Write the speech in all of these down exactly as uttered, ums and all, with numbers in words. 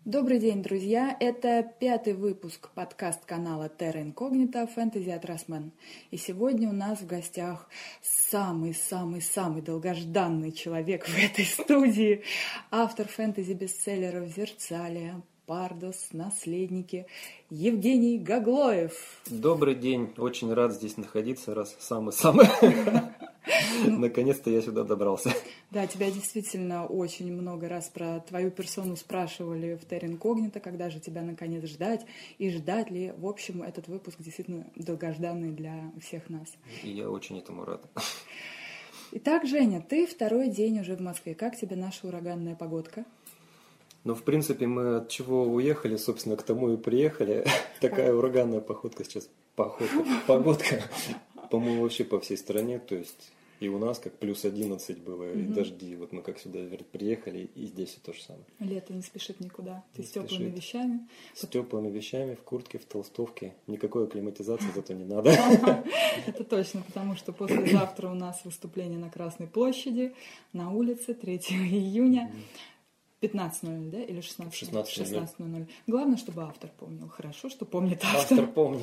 Добрый день, друзья! Это пятый выпуск подкаст-канала Terra Incognita Fantasy от Rasman. И сегодня у нас в гостях самый-самый-самый долгожданный человек в этой студии, автор фэнтези-бестселлеров «Зерцалия», «Пардос», «Наследники» Евгений Гаглоев. Добрый день, очень рад здесь находиться, раз самый-самый. Наконец-то я сюда добрался. Да, тебя действительно очень много раз про твою персону спрашивали в Terra Incognita, когда же тебя наконец ждать, и ждать ли. В общем, этот выпуск действительно долгожданный для всех нас. И я очень этому рад. Итак, Женя, ты второй день уже в Москве. Как тебе наша ураганная погодка? Ну, в принципе, мы от чего уехали, собственно, к тому и приехали. Такая ураганная походка сейчас, походка, погодка, по-моему, вообще по всей стране, то есть и у нас как плюс одиннадцать было, mm-hmm. и дожди, вот мы как сюда приехали, и здесь все то же самое. Лето не спешит никуда, ты не с теплыми спешит. вещами. С теплыми вещами, в куртке, в толстовке, никакой акклиматизации зато не надо. Это точно, потому что послезавтра у нас выступление на Красной площади, на улице, третьего июня. пятнадцать ноль ноль, да? Или шестнадцать? шестнадцать ноль ноль. Главное, чтобы автор помнил. Хорошо, что помнит автор. Автор помнит.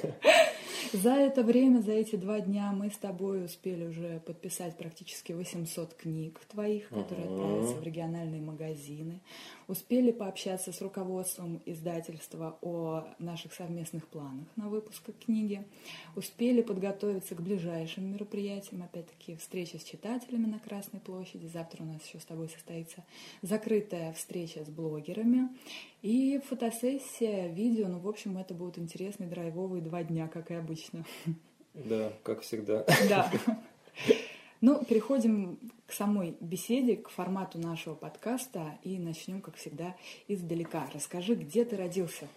За это время, за эти два дня мы с тобой успели уже подписать практически восемьсот книг твоих, которые uh-huh. отправятся в региональные магазины. Успели пообщаться с руководством издательства о наших совместных планах на выпуск книги. Успели подготовиться к ближайшим мероприятиям. Опять-таки встреча с читателями на Красной площади. Завтра у нас еще с тобой состоится закрытая встреча с блогерами. И фотосессия, видео. Ну, в общем, это будут интересные драйвовые два дня, как и обычно. Да, как всегда. Да. Ну, переходим к самой беседе, к формату нашего подкаста и начнем, как всегда, издалека. Расскажи, где ты родился?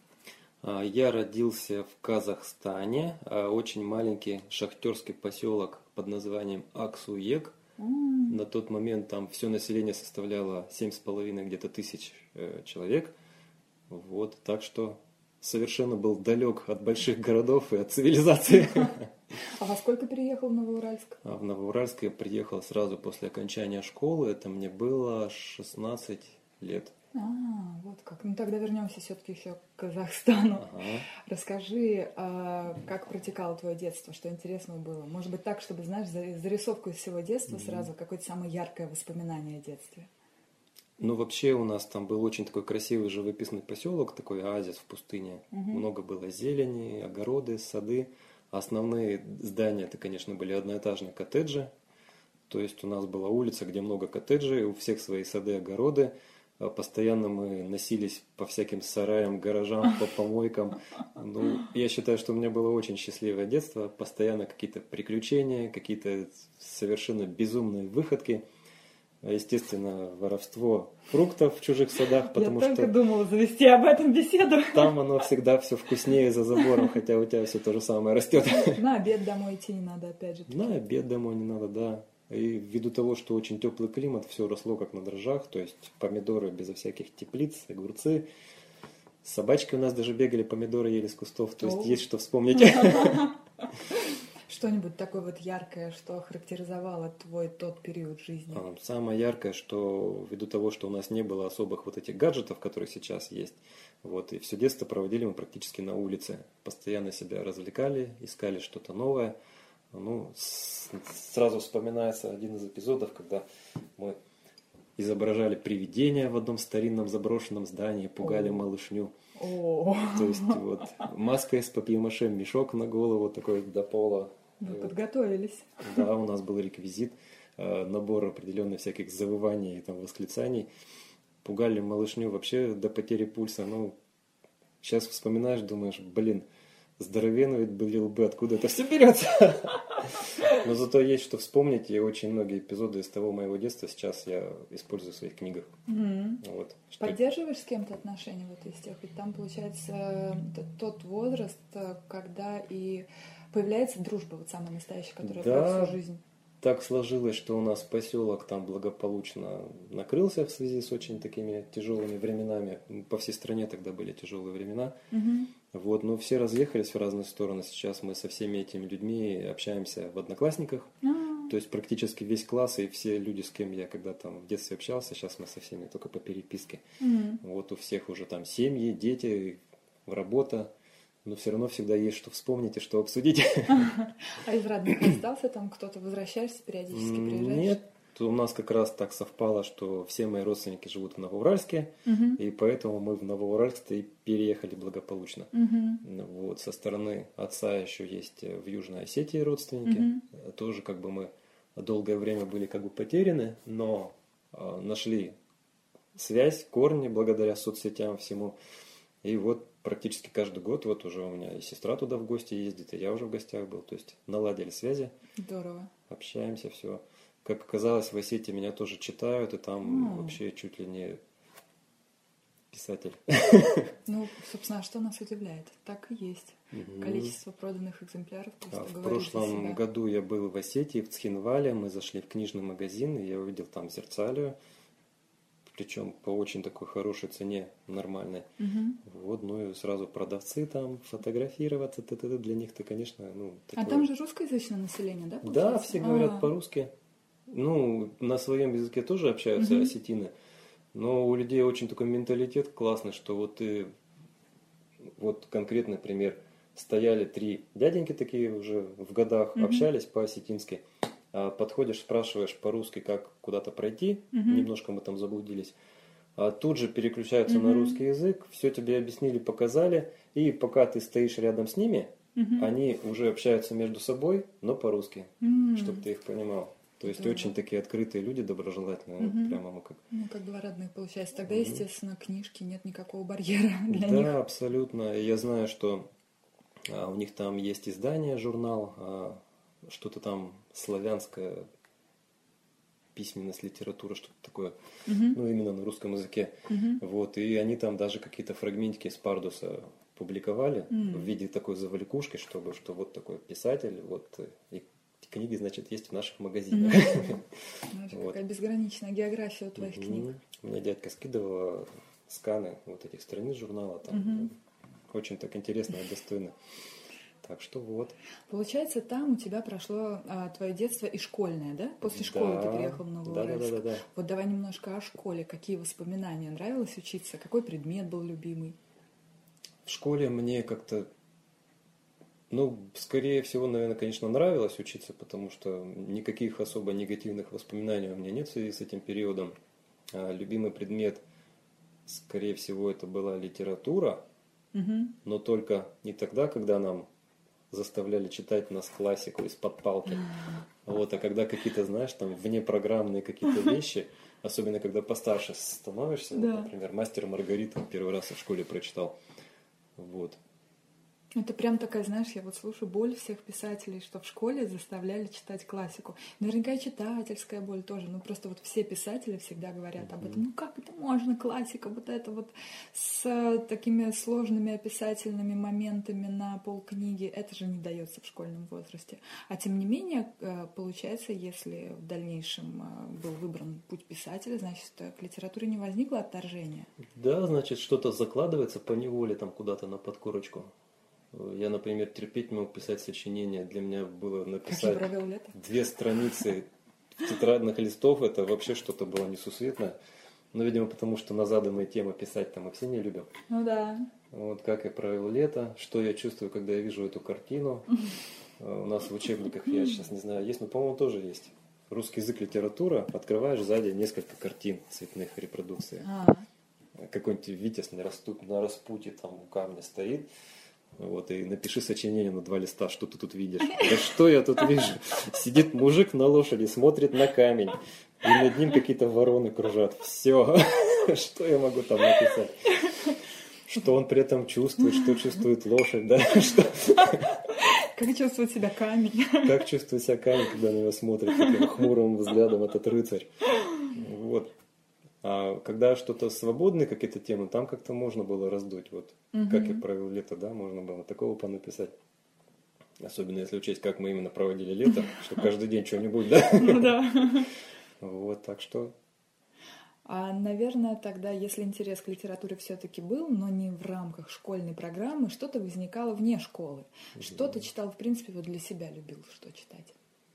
Я родился в Казахстане, очень маленький шахтерский поселок под названием Аксуек. Mm. На тот момент там все население составляло семь с половиной где-то тысяч э, человек. Вот, так что совершенно был далек от больших городов и от цивилизации. А во сколько переехал в Новоуральск? А в Новоуральск я приехал сразу после окончания школы. Это мне было шестнадцать лет. А, вот как. Ну тогда вернемся все-таки еще к Казахстану. Ага. Расскажи, а, как протекало твое детство, что интересного было? Может быть так, чтобы, знаешь, зарисовку из всего детства mm-hmm. сразу какое-то самое яркое воспоминание о детстве. Ну, вообще у нас там был очень такой красивый живописный поселок, такой оазис в пустыне. Mm-hmm. Много было зелени, огороды, сады. Основные здания, это, конечно, были одноэтажные коттеджи. То есть у нас была улица, где много коттеджей, у всех свои сады, огороды. Постоянно мы носились по всяким сараям, гаражам, по помойкам. Ну, я считаю, что у меня было очень счастливое детство. Постоянно какие-то приключения, какие-то совершенно безумные выходки. Естественно, воровство фруктов в чужих садах, потому я что... Я только думала завести об этом беседу. Там оно всегда все вкуснее за забором, хотя у тебя все то же самое растет. На обед домой идти не надо, опять же. На обед домой не надо, да. И ввиду того, что очень теплый климат, все росло как на дрожжах, то есть помидоры безо всяких теплиц, огурцы. С собачкой у нас даже бегали, помидоры ели с кустов, то есть О. есть что вспомнить. Что-нибудь такое вот яркое, что характеризовало твой тот период жизни? Самое яркое, что ввиду того, что у нас не было особых вот этих гаджетов, которые сейчас есть, вот, и все детство проводили мы практически на улице. Постоянно себя развлекали, искали что-то новое. Ну, с- сразу вспоминается один из эпизодов, когда мы изображали привидения в одном старинном заброшенном здании, пугали О. малышню. О. То есть вот маска из папье-маше, мешок на голову такой до пола. Мы Вот. подготовились. Да, у нас был реквизит, э, набор определенных всяких завываний и там восклицаний. Пугали малышню вообще до потери пульса. Ну, сейчас вспоминаешь, думаешь, блин, здоровенные были лбы, откуда это все берется? Но зато есть что вспомнить, и очень многие эпизоды из того моего детства сейчас я использую в своих книгах. Mm-hmm. Вот, что... Поддерживаешь с кем-то отношения вот из тех? Ведь там, получается, тот возраст, когда и появляется дружба, вот самая настоящая, которая да, про всю жизнь. Так сложилось, что у нас поселок там благополучно накрылся в связи с очень такими тяжелыми временами. По всей стране тогда были тяжелые времена. Mm-hmm. Вот, но все разъехались в разные стороны. Сейчас мы со всеми этими людьми общаемся в Одноклассниках. А-а-а. То есть практически весь класс и все люди, с кем я когда там в детстве общался, сейчас мы со всеми только по переписке. Mm. Вот у всех уже там семьи, дети, работа. Но все равно всегда есть что вспомнить и что обсудить. А из родных остался там кто-то? Возвращаешься периодически, приезжаешь? Нет, у нас как раз так совпало, что все мои родственники живут в Новоуральске, Угу. и поэтому мы в Новоуральск и переехали благополучно. Угу. Вот, со стороны отца еще есть в Южной Осетии родственники. Угу. Тоже как бы мы долгое время были как бы потеряны, но э, нашли связь, корни благодаря соцсетям всему. И вот практически каждый год, вот уже у меня и сестра туда в гости ездит, и я уже в гостях был. То есть наладили связи. Здорово. Общаемся, все. Как оказалось, в Осетии меня тоже читают, и там Mm. вообще чуть ли не писатель. Ну, собственно, а что нас удивляет? Так и есть. Мгм. Количество проданных экземпляров просто А в говорит за прошлом себя. году я был в Осетии, в Цхинвале, мы зашли в книжный магазин, и я увидел там Зерцалию, причем по очень такой хорошей цене, нормальной. Мгм. Вот, ну и сразу продавцы там, фотографироваться, т.т. для них-то, конечно, ну... А такое- там же русскоязычное население, да? Да, получается? все говорят А. по-русски. Ну, на своем языке тоже общаются Мгм. осетины, но у людей очень такой менталитет классный, что вот ты, вот конкретный пример, стояли три дяденьки такие уже в годах, Мгм. общались по-осетински, а подходишь, спрашиваешь по-русски, как куда-то пройти, Мгм. немножко мы там заблудились, а тут же переключаются на Мгм. русский язык, все тебе объяснили, показали, и пока ты стоишь рядом с ними, Мгм. они уже общаются между собой, но по-русски, М. чтобы ты их понимал. То есть Здорово. очень такие открытые люди, доброжелательные. Вот Мгм. прямо мы как... Ну, как два родных получается. Тогда, Мгм. естественно, книжки нет никакого барьера для Да, них. абсолютно. И я знаю, что а, у них там есть издание, журнал, а, что-то там славянское, письменность, литература, что-то такое. Мгм. Ну, именно на русском языке. Мгм. Вот. И они там даже какие-то фрагментики с Пардуса публиковали М. в виде такой заваликушки, чтобы, что вот такой писатель, вот э, и книги, значит, есть в наших магазинах. Мгм. Ну, это Вот. какая безграничная география у твоих Мгм. книг. Мне дядька скидывал сканы вот этих страниц журнала. Там Мгм. очень так интересно и достойно. Так что вот. Получается, там у тебя прошло а, твое детство и школьное, да? После школы Да. ты приехал в Новоуральск. Да, да, да, да, да. Вот давай немножко о школе. Какие воспоминания? Нравилось учиться? Какой предмет был любимый? В школе мне как-то, ну, скорее всего, наверное, конечно, нравилось учиться, потому что никаких особо негативных воспоминаний у меня нет в связи с этим периодом. А любимый предмет, скорее всего, это была литература, Мгм. но только не тогда, когда нам заставляли читать нас классику из-под палки. Вот, а когда какие-то, знаешь, там внепрограммные какие-то вещи, особенно когда постарше становишься, вот, Да. например, «Мастер и Маргариту» первый раз в школе прочитал. Вот. Это прям такая, знаешь, я вот слушаю боль всех писателей, что в школе заставляли читать классику. Наверняка и читательская боль тоже. Ну, просто вот все писатели всегда говорят об этом. Ну, как это можно, классика, вот это вот с э, такими сложными описательными моментами на полкниги. Это же не дается в школьном возрасте. А тем не менее, э, получается, если в дальнейшем э, был выбран путь писателя, значит, э, к литературе не возникло отторжения. Да, значит, что-то закладывается по неволе там куда-то на подкорочку. Я, например, терпеть не мог писать сочинения. Для меня было Как я написать провел лето. две страницы тетрадных листов. Это вообще что-то было несусветное. Но, видимо, потому что на заданные темы писать там мы все не любим. Ну да. Вот как я провел лето, что я чувствую, когда я вижу эту картину. У нас в учебниках, я сейчас не знаю, есть, но, по-моему, тоже есть. Русский язык, литература. Открываешь сзади несколько картин цветных репродукций. А, Какой-нибудь Витязь на, растут, на распутье там у камня стоит. Вот, и напиши сочинение на два листа, что ты тут видишь. Да что я тут вижу? Сидит мужик на лошади, смотрит на камень, и над ним какие-то вороны кружат. Все. Что я могу там написать? Что он при этом чувствует, что чувствует лошадь, да? Что... как чувствует себя камень? Как чувствует себя камень, когда на него смотрит таким хмурым взглядом этот рыцарь. Вот. А когда что-то свободные какие-то темы, там как-то можно было раздуть. Вот Мгм. как я провел лето, да, можно было такого понаписать. Особенно если учесть, как мы именно проводили лето, что каждый день что-нибудь, да? Ну да. Вот, так что... А, наверное, тогда, если интерес к литературе все-таки был, но не в рамках школьной программы, что-то возникало вне школы. Что ты читал, в принципе, вот для себя любил, что читать?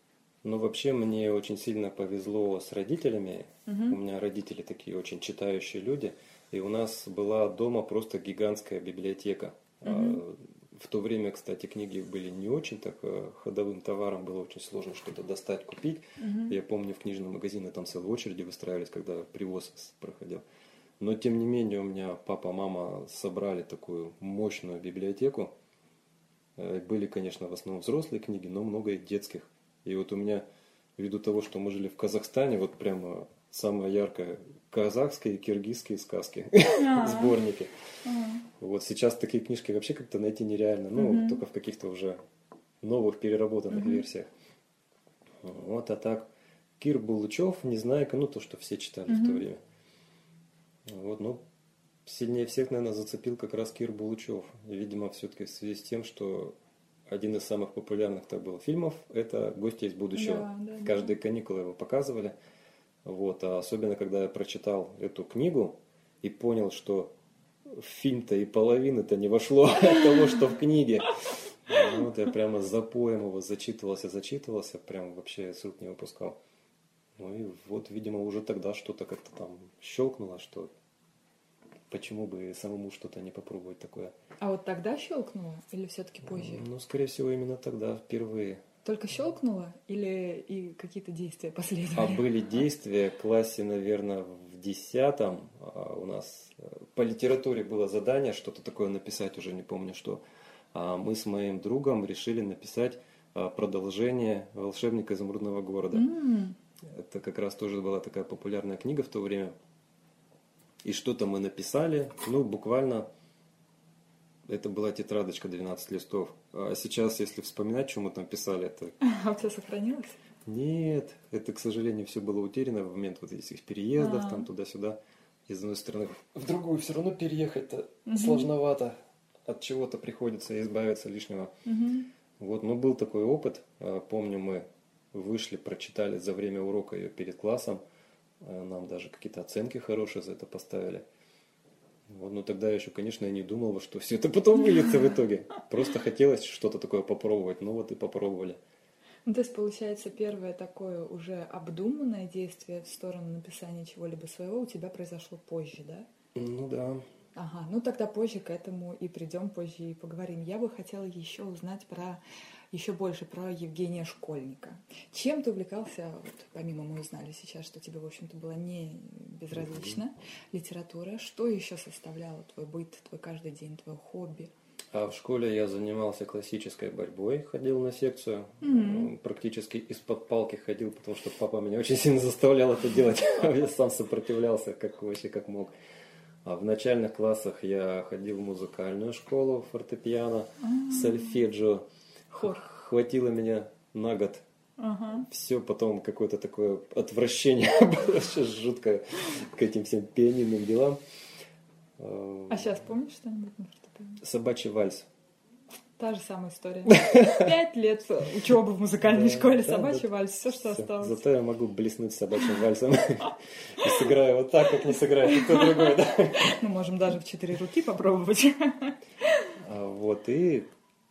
Ну, вообще, мне очень сильно повезло с родителями. Угу. У меня родители такие очень читающие люди. И у нас была дома просто гигантская библиотека. Угу. А, в то время, кстати, книги были не очень так а, ходовым товаром. Было очень сложно что-то достать, купить. Угу. Я помню, в книжном магазине там целые очереди выстраивались, когда привоз проходил. Но, тем не менее, у меня папа, мама собрали такую мощную библиотеку. Были, конечно, в основном взрослые книги, но много и детских. И вот у меня, ввиду того, что мы жили в Казахстане, вот прямо самое яркое казахские и киргизские сказки, сборники. Вот сейчас такие книжки вообще как-то найти нереально, ну, только в каких-то уже новых переработанных версиях. Вот, а так, Кир Булычев, Незнайка, ну, то, что все читали в то время. Вот, ну, сильнее всех, наверное, зацепил как раз Кир Булычев. Видимо, все-таки в связи с тем, что один из самых популярных так был фильмов – это «Гости из будущего». Да, да, да. Каждые каникулы его показывали. Вот. А особенно, когда я прочитал эту книгу и понял, что в фильм-то и половины-то не вошло от того, что в книге. Вот я прямо с запоем его зачитывался, зачитывался, прям вообще с рук не выпускал. Ну и вот, видимо, уже тогда что-то как-то там щелкнуло, что почему бы самому что-то не попробовать такое. А вот тогда щелкнуло или все-таки позже? Ну, скорее всего, именно тогда впервые. Только щелкнуло или и какие-то действия последовали? А были действия в классе, наверное, в десятом. У нас по литературе было задание, что-то такое написать, уже не помню что. А мы с моим другом решили написать продолжение «Волшебника изумрудного города». Mm. Это как раз тоже была такая популярная книга в то время. И что-то мы написали, ну, буквально, это была тетрадочка двенадцать листов. А сейчас, если вспоминать, что мы там писали, это... А у тебя сохранилось? Нет, это, к сожалению, все было утеряно в момент вот этих переездов, А-а-а. там туда-сюда, из одной страны в другую. Все равно переехать-то Угу. сложновато, от чего-то приходится избавиться лишнего. Угу. Вот, но был такой опыт, помню, мы вышли, прочитали за время урока ее перед классом, нам даже какие-то оценки хорошие за это поставили. Вот, но тогда я еще, конечно, я не думал, что все это потом выльется в итоге. Просто хотелось что-то такое попробовать, ну вот и попробовали. Ну, то есть, получается, первое такое уже обдуманное действие в сторону написания чего-либо своего у тебя произошло позже, да? Ну да. Ага, ну тогда позже к этому и придем, позже и поговорим. Я бы хотела еще узнать про еще больше про Евгения Школьника. Чем ты увлекался, вот, помимо мы узнали сейчас, что тебе, в общем-то, было не безразлично литература, что еще составляло твой быт, твой каждый день, твое хобби? А в школе я занимался классической борьбой, ходил на секцию, Mm-hmm. практически из-под палки ходил, потому что папа меня очень сильно заставлял это делать, а я сам сопротивлялся, как вообще как мог. А в начальных классах я ходил в музыкальную школу, фортепиано, Mm-hmm. сольфеджио. Хор. Хватило меня на год. Uh-huh. Все, потом какое-то такое отвращение было сейчас жуткое к этим всем пианинным делам. А сейчас помнишь что-нибудь на фортепиано? Собачий вальс. Та же самая история. Пять лет учебы в музыкальной Да, школе, да, собачий да. вальс, все, что Всё. осталось. Зато я могу блеснуть собачьим вальсом. И сыграю вот так, как не сыграет никто другой. Да? Мы можем даже в четыре руки попробовать. А вот, и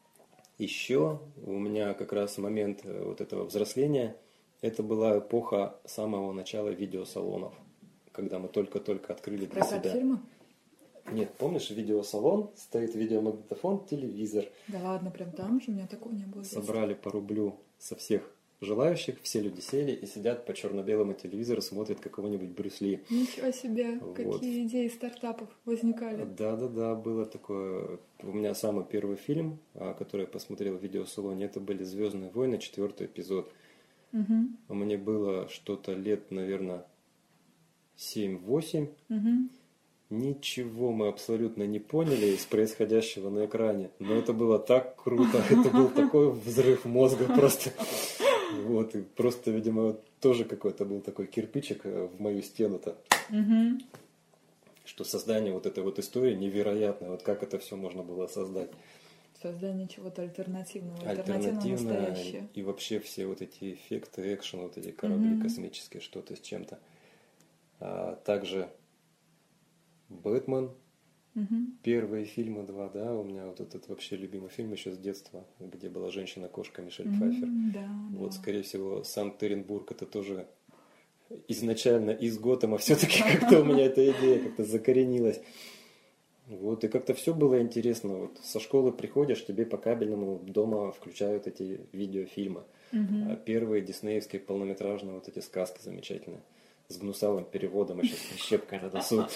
еще у меня как раз момент вот этого взросления, это была эпоха самого начала видеосалонов, когда мы только-только открыли для Прокат себя. фильма? Нет, помнишь, видеосалон, стоит видеомагнитофон, телевизор. Да ладно, прям там же, у меня такого не было. в детстве. Собрали по рублю со всех желающих, все люди сели и сидят по черно-белому телевизору, смотрят какого-нибудь Брюс Ли. Ничего себе, Вот. какие идеи стартапов возникали. Да-да-да, было такое. У меня самый первый фильм, который я посмотрел в видеосалоне, это были «Звездные войны», четвертый эпизод. Угу. Мне было что-то лет, наверное, семь-восемь. Угу. Ничего мы абсолютно не поняли из происходящего на экране, но это было так круто, это был такой взрыв мозга просто. Вот, и просто, видимо, тоже какой-то был такой кирпичик в мою стену-то, Угу. что создание вот этой вот истории невероятное, вот как это все можно было создать. Создание чего-то альтернативного, альтернативного Альтернативное, настоящее. и вообще все вот эти эффекты, экшен, вот эти корабли Мгм. космические, что-то с чем-то. А также Бэтмен, Мгм. Первые фильмы два, да, у меня вот этот вообще любимый фильм еще с детства, где была женщина-кошка Мишель М, Пфайффер. Да, Вот, да. скорее всего, Санкт-Петербург это тоже изначально из Готэма, все-таки как-то у меня эта идея как-то закоренилась. Вот, и как-то все было интересно. Вот со школы приходишь, тебе по кабельному дома включают эти видеофильмы. А Мгм. первые диснеевские полнометражные вот эти сказки замечательные. С гнусавым переводом, еще с щепкой на носу.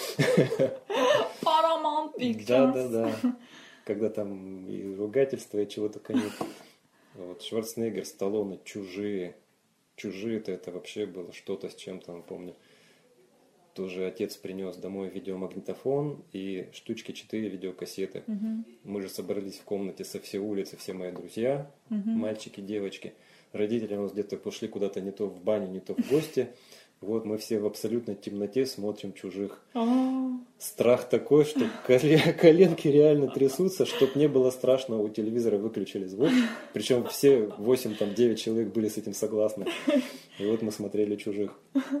Paramount Да, Pictures. да, да. Когда там и ругательства, и чего только нет. Вот, Шварценеггер, Сталлоне, Чужие. Чужие-то это вообще было что-то с чем-то, помню. Тоже отец принес домой видеомагнитофон и штучки четыре видеокассеты. Мгм. Мы же собрались в комнате со всей улицы, все мои друзья, Мгм. мальчики, девочки. Родители у нас где-то пошли куда-то не то в баню, не то в гости. Вот мы все в абсолютной темноте смотрим «Чужих». А, Страх такой, что коле- коленки реально трясутся, чтоб не было страшно, у телевизора выключили звук. Причем все восемь там девять человек были с этим согласны. И вот мы смотрели «Чужих».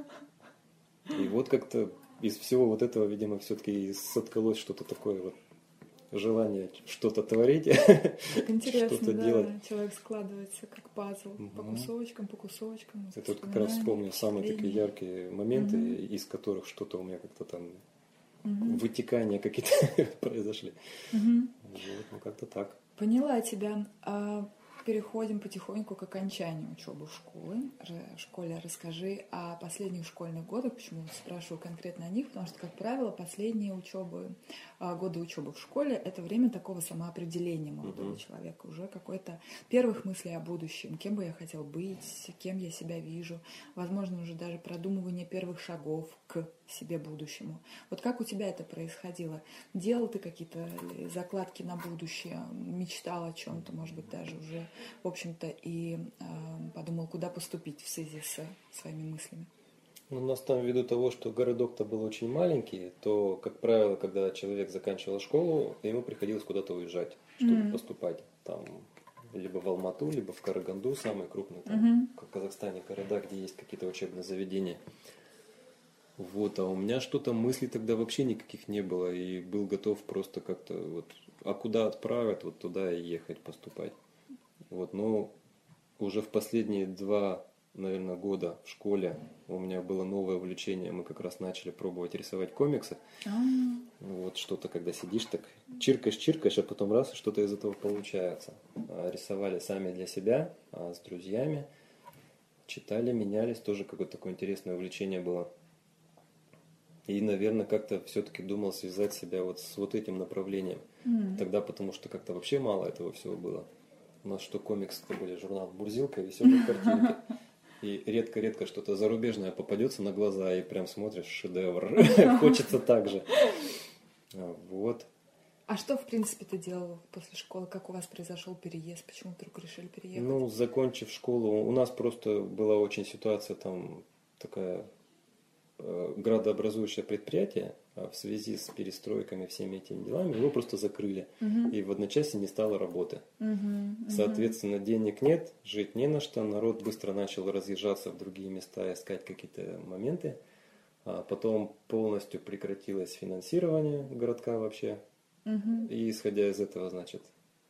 И вот как-то из всего вот этого, видимо, все-таки соткалось что-то такое вот желание что-то творить, Так интересно, что-то да. делать. Человек складывается как пазл по Мгм. кусочкам, по кусочкам. из Это вот как раз воспоминаний, вспомнил самые такие впечатлений. яркие моменты, Мгм. из которых что-то у меня как-то там Мгм. вытекания какие-то произошли. Мгм. Вот, ну как-то так. Поняла тебя. А, Переходим потихоньку к окончанию учебы в школе. Р- в школе расскажи о последних школьных годах. Почему спрашиваю конкретно о них? Потому что, как правило, последние учебы, а, годы учебы в школе – это время такого самоопределения молодого Мгм. человека. Уже какой-то первых мыслей о будущем. Кем бы я хотел быть, кем я себя вижу. Возможно, уже даже продумывание первых шагов к себе будущему. Вот как у тебя это происходило? Делал ты какие-то ли закладки на будущее, мечтал о чем-то, может быть, даже уже, в общем-то, и э, подумал, куда поступить в связи с своими мыслями? Ну, у нас там ввиду того, что городок-то был очень маленький, то, как правило, когда человек заканчивал школу, ему приходилось куда-то уезжать, чтобы М. поступать. Там либо в Алмату, либо в Караганду, самые крупные там Мгм. в Казахстане города, где есть какие-то учебные заведения. Вот, а у меня что-то мыслей тогда вообще никаких не было, и был готов просто как-то вот, а куда отправят, вот туда и ехать поступать. Вот, но уже в последние два, наверное, года в школе у меня было новое увлечение, мы как раз начали пробовать рисовать комиксы. А, Вот что-то, когда сидишь так, чиркаешь, чиркаешь, а потом раз, и что-то из этого получается. А, Рисовали сами для себя, а с друзьями, читали, менялись, тоже какое-то такое интересное увлечение было. И, наверное, как-то все-таки думал связать себя вот с вот этим направлением. м. Тогда, потому что как-то вообще мало этого всего было. У нас что комиксы, это были журнал «Бурзилка» и «Веселые картинки». И редко-редко что-то зарубежное попадется на глаза, и прям смотришь, шедевр. Хочется так же. А, Вот. А что, в принципе, ты делал после школы? Как у вас произошел переезд? Почему вдруг решили переехать? Ну, закончив школу, у нас просто была очень ситуация там такая э, градообразующее предприятие, а в связи с перестройками, всеми этими делами, его просто закрыли. Мгм. И в одночасье не стало работы. Мгм. Мгм. Соответственно, денег нет, жить не на что, народ быстро начал разъезжаться в другие места, искать какие-то моменты. А потом полностью прекратилось финансирование городка вообще. Мгм. И исходя из этого, значит,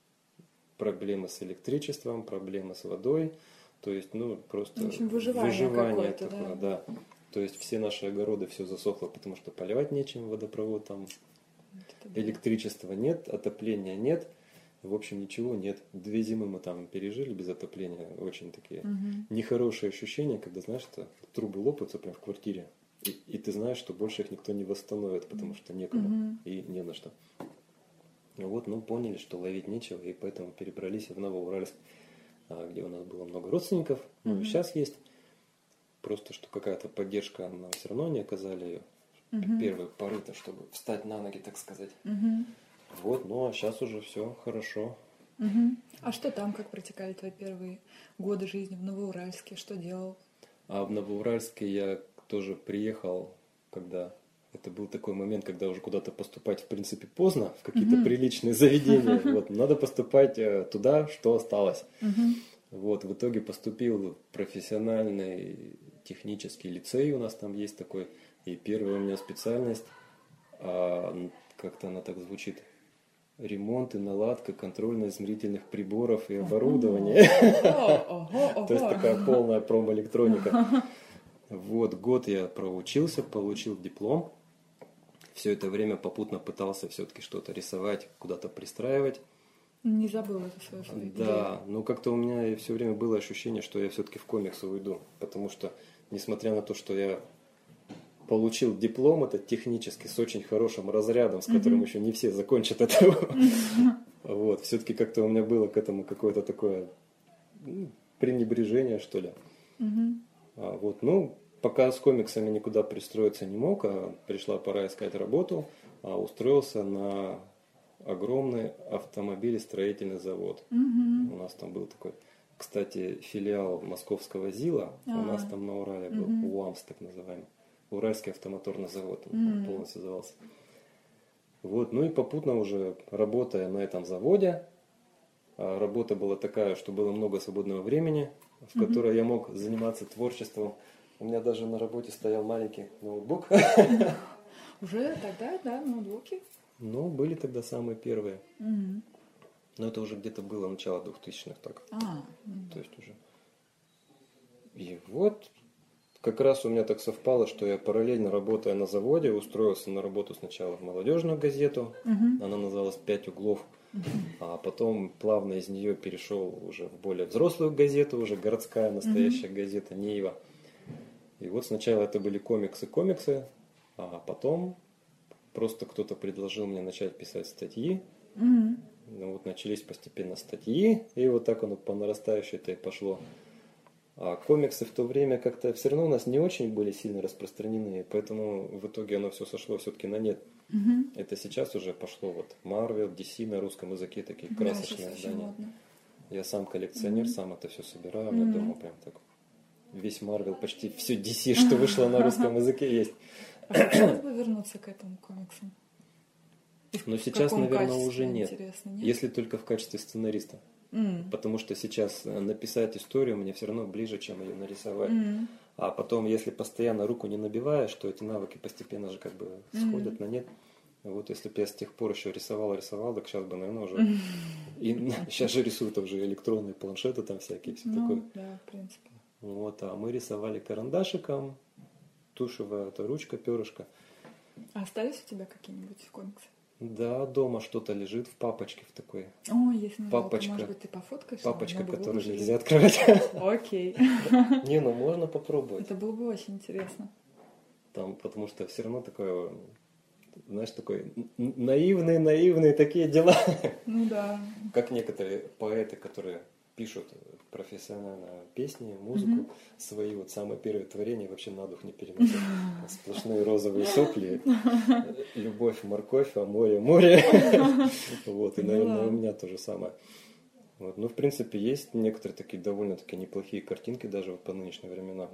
проблемы с электричеством, проблемы с водой. То есть, ну, просто В общем, выживание выживание какое-то, такое, да. да. То есть все наши огороды все засохло, потому что поливать нечем, водопровод там, Вот это да. электричества нет, отопления нет. В общем, ничего нет. Две зимы мы там пережили без отопления. Очень такие Мгм. нехорошие ощущения, когда, знаешь, что трубы лопаются прям в квартире. И, и ты знаешь, что больше их никто не восстановит, потому что некому Мгм. и не на что. Вот, ну, поняли, что ловить нечего, и поэтому перебрались в Новоуральск, а, где у нас было много родственников. Ну, и Мгм. сейчас есть. Просто, что какая-то поддержка нам все равно не оказали ее. Мгм. Первые поры-то, чтобы встать на ноги, так сказать. Мгм. Вот, ну, а сейчас уже все хорошо. Мгм. А что там, как протекали твои первые годы жизни в Новоуральске? Что делал? А в Новоуральске я тоже приехал, когда это был такой момент, когда уже куда-то поступать, в принципе, поздно, в какие-то Мгм. приличные заведения. Вот, надо поступать э, туда, что осталось. Мгм. Вот, в итоге поступил в профессиональный технический лицей, у нас там есть такой, и первая у меня специальность, а, как-то она так звучит. Ремонт и наладка контрольно-измерительных приборов и оборудования. То есть такая полная промо-электроника. Вот, год я проучился, получил диплом. Все это время попутно пытался все-таки что-то рисовать, куда-то пристраивать. Не забыл это свое идею. Да, но как-то у меня все время было ощущение, что я все-таки в комиксы уйду. Потому что, несмотря на то, что я получил диплом этот технический с очень хорошим разрядом, с которым mm-hmm. еще не все закончат этого. Mm-hmm. Вот, все-таки как-то у меня было к этому какое-то такое ну, пренебрежение, что ли. Mm-hmm. А, вот, ну, пока с комиксами никуда пристроиться не мог, а пришла пора искать работу, а устроился на огромный автомобилестроительный завод. Mm-hmm. У нас там был такой, кстати, филиал московского ЗИЛа, ah. у нас там на Урале был, mm-hmm. УАМС так называемый. Уральский автомоторный завод он mm. полностью назывался. Вот, ну и попутно уже работая на этом заводе, работа была такая, что было много свободного времени, в mm-hmm. которое я мог заниматься творчеством. У меня даже на работе стоял маленький ноутбук. Уже тогда, да, ноутбуки? Ну, были тогда самые первые. Mm-hmm. Но это уже где-то было начало двухтысячных так. Ah. Mm-hmm. То есть уже. И вот как раз у меня так совпало, что я параллельно работая на заводе, устроился на работу сначала в молодежную газету, uh-huh. она называлась «Пять углов», uh-huh. а потом плавно из нее перешел уже в более взрослую газету, уже городская настоящая uh-huh. газета «Нива». И вот сначала это были комиксы-комиксы, а потом просто кто-то предложил мне начать писать статьи. Uh-huh. Ну вот начались постепенно статьи, и вот так оно по нарастающей-то и пошло. А комиксы в то время как-то все равно у нас не очень были сильно распространены, поэтому в итоге оно все сошло все-таки на нет. Угу. Это сейчас уже пошло вот Marvel, ди си на русском языке, такие да, красочные издания. Я сам коллекционер, угу. сам это все собираю, у меня угу. дома прям так весь Marvel, почти все ди си, что вышло на русском языке, есть. А хотелось бы вернуться к этому комиксу? Но сейчас, наверное, уже нет. нет, если только в качестве сценариста. Mm. Потому что сейчас написать историю мне все равно ближе, чем ее нарисовать. Mm. А потом, если постоянно руку не набиваешь, то эти навыки постепенно же как бы сходят mm. на нет. Вот если бы я с тех пор еще рисовал, рисовал, так сейчас бы, наверное, уже... Mm. И сейчас же рисуют уже электронные планшеты там всякие, все ну, такое. Да, в принципе. Вот, а мы рисовали карандашиком, тушевая это ручка, перышко. А остались у тебя какие-нибудь комиксы? Да, дома что-то лежит в папочке в такой. О, если папочка, может быть, ты пофоткаешь? Папочка, которую нельзя открывать. Окей. Не, ну можно попробовать. Это было бы очень интересно. Там, потому что все равно такое, знаешь, такой наивные, наивные такие дела. Ну да. Как некоторые поэты, которые пишут профессионально песни, музыку, mm-hmm. свои вот самые первые творения вообще на дух не переносят. Сплошные розовые сопли, любовь, морковь, а море, море. Вот, и, наверное, у меня то же самое. Вот. Ну, в принципе, есть некоторые такие довольно-таки неплохие картинки даже вот по нынешним временам,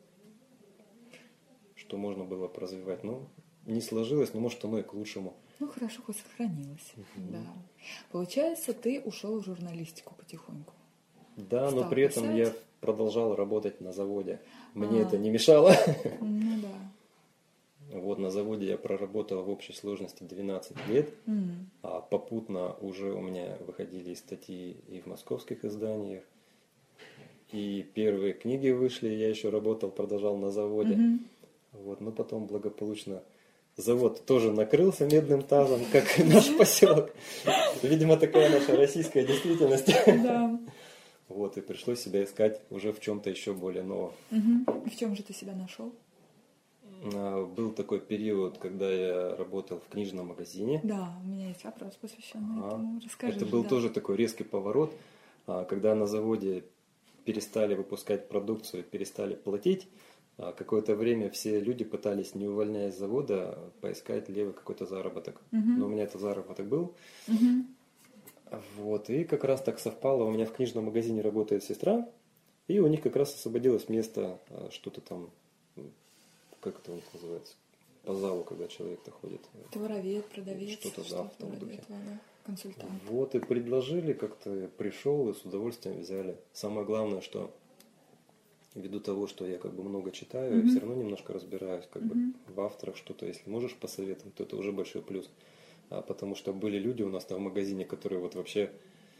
что можно было поразвивать. Ну, не сложилось, но может оно и к лучшему. Ну, хорошо, хоть сохранилось. Mm-hmm. Да. Получается, ты ушел в журналистику потихоньку. Да, Стал но при писать. этом я продолжал работать на заводе. Мне а. это не мешало. Ну да. Вот на заводе я проработал в общей сложности двенадцать лет, mm. а попутно уже у меня выходили статьи и в московских изданиях, и первые книги вышли, я еще работал, продолжал на заводе. Mm-hmm. Вот, но потом благополучно завод тоже накрылся медным тазом, как наш поселок. Видимо, такая наша российская действительность. Да. Вот, и пришлось себя искать уже в чем-то еще более новом. Угу. И в чем же ты себя нашел? Был такой период, когда я работал в книжном магазине. Да, у меня есть вопрос, посвященный а, этому. Расскажи. Это был да. тоже такой резкий поворот, когда на заводе перестали выпускать продукцию, перестали платить. Какое-то время все люди пытались, не увольняясь с завода, поискать левый какой-то заработок. Угу. Но у меня этот заработок был. Угу. Вот, и как раз так совпало, у меня в книжном магазине работает сестра, и у них как раз освободилось место, что-то там, как это у них называется, по залу, когда человек-то ходит. Товаровед, продавец. Что-то, да, в том духе. Консультант. Вот, и предложили, как-то пришел и с удовольствием взяли. Самое главное, что ввиду того, что я как бы много читаю, mm-hmm. я все равно немножко разбираюсь как mm-hmm. бы в авторах что-то, если можешь посоветовать, то это уже большой плюс. а потому что были люди у нас там в магазине, которые вот вообще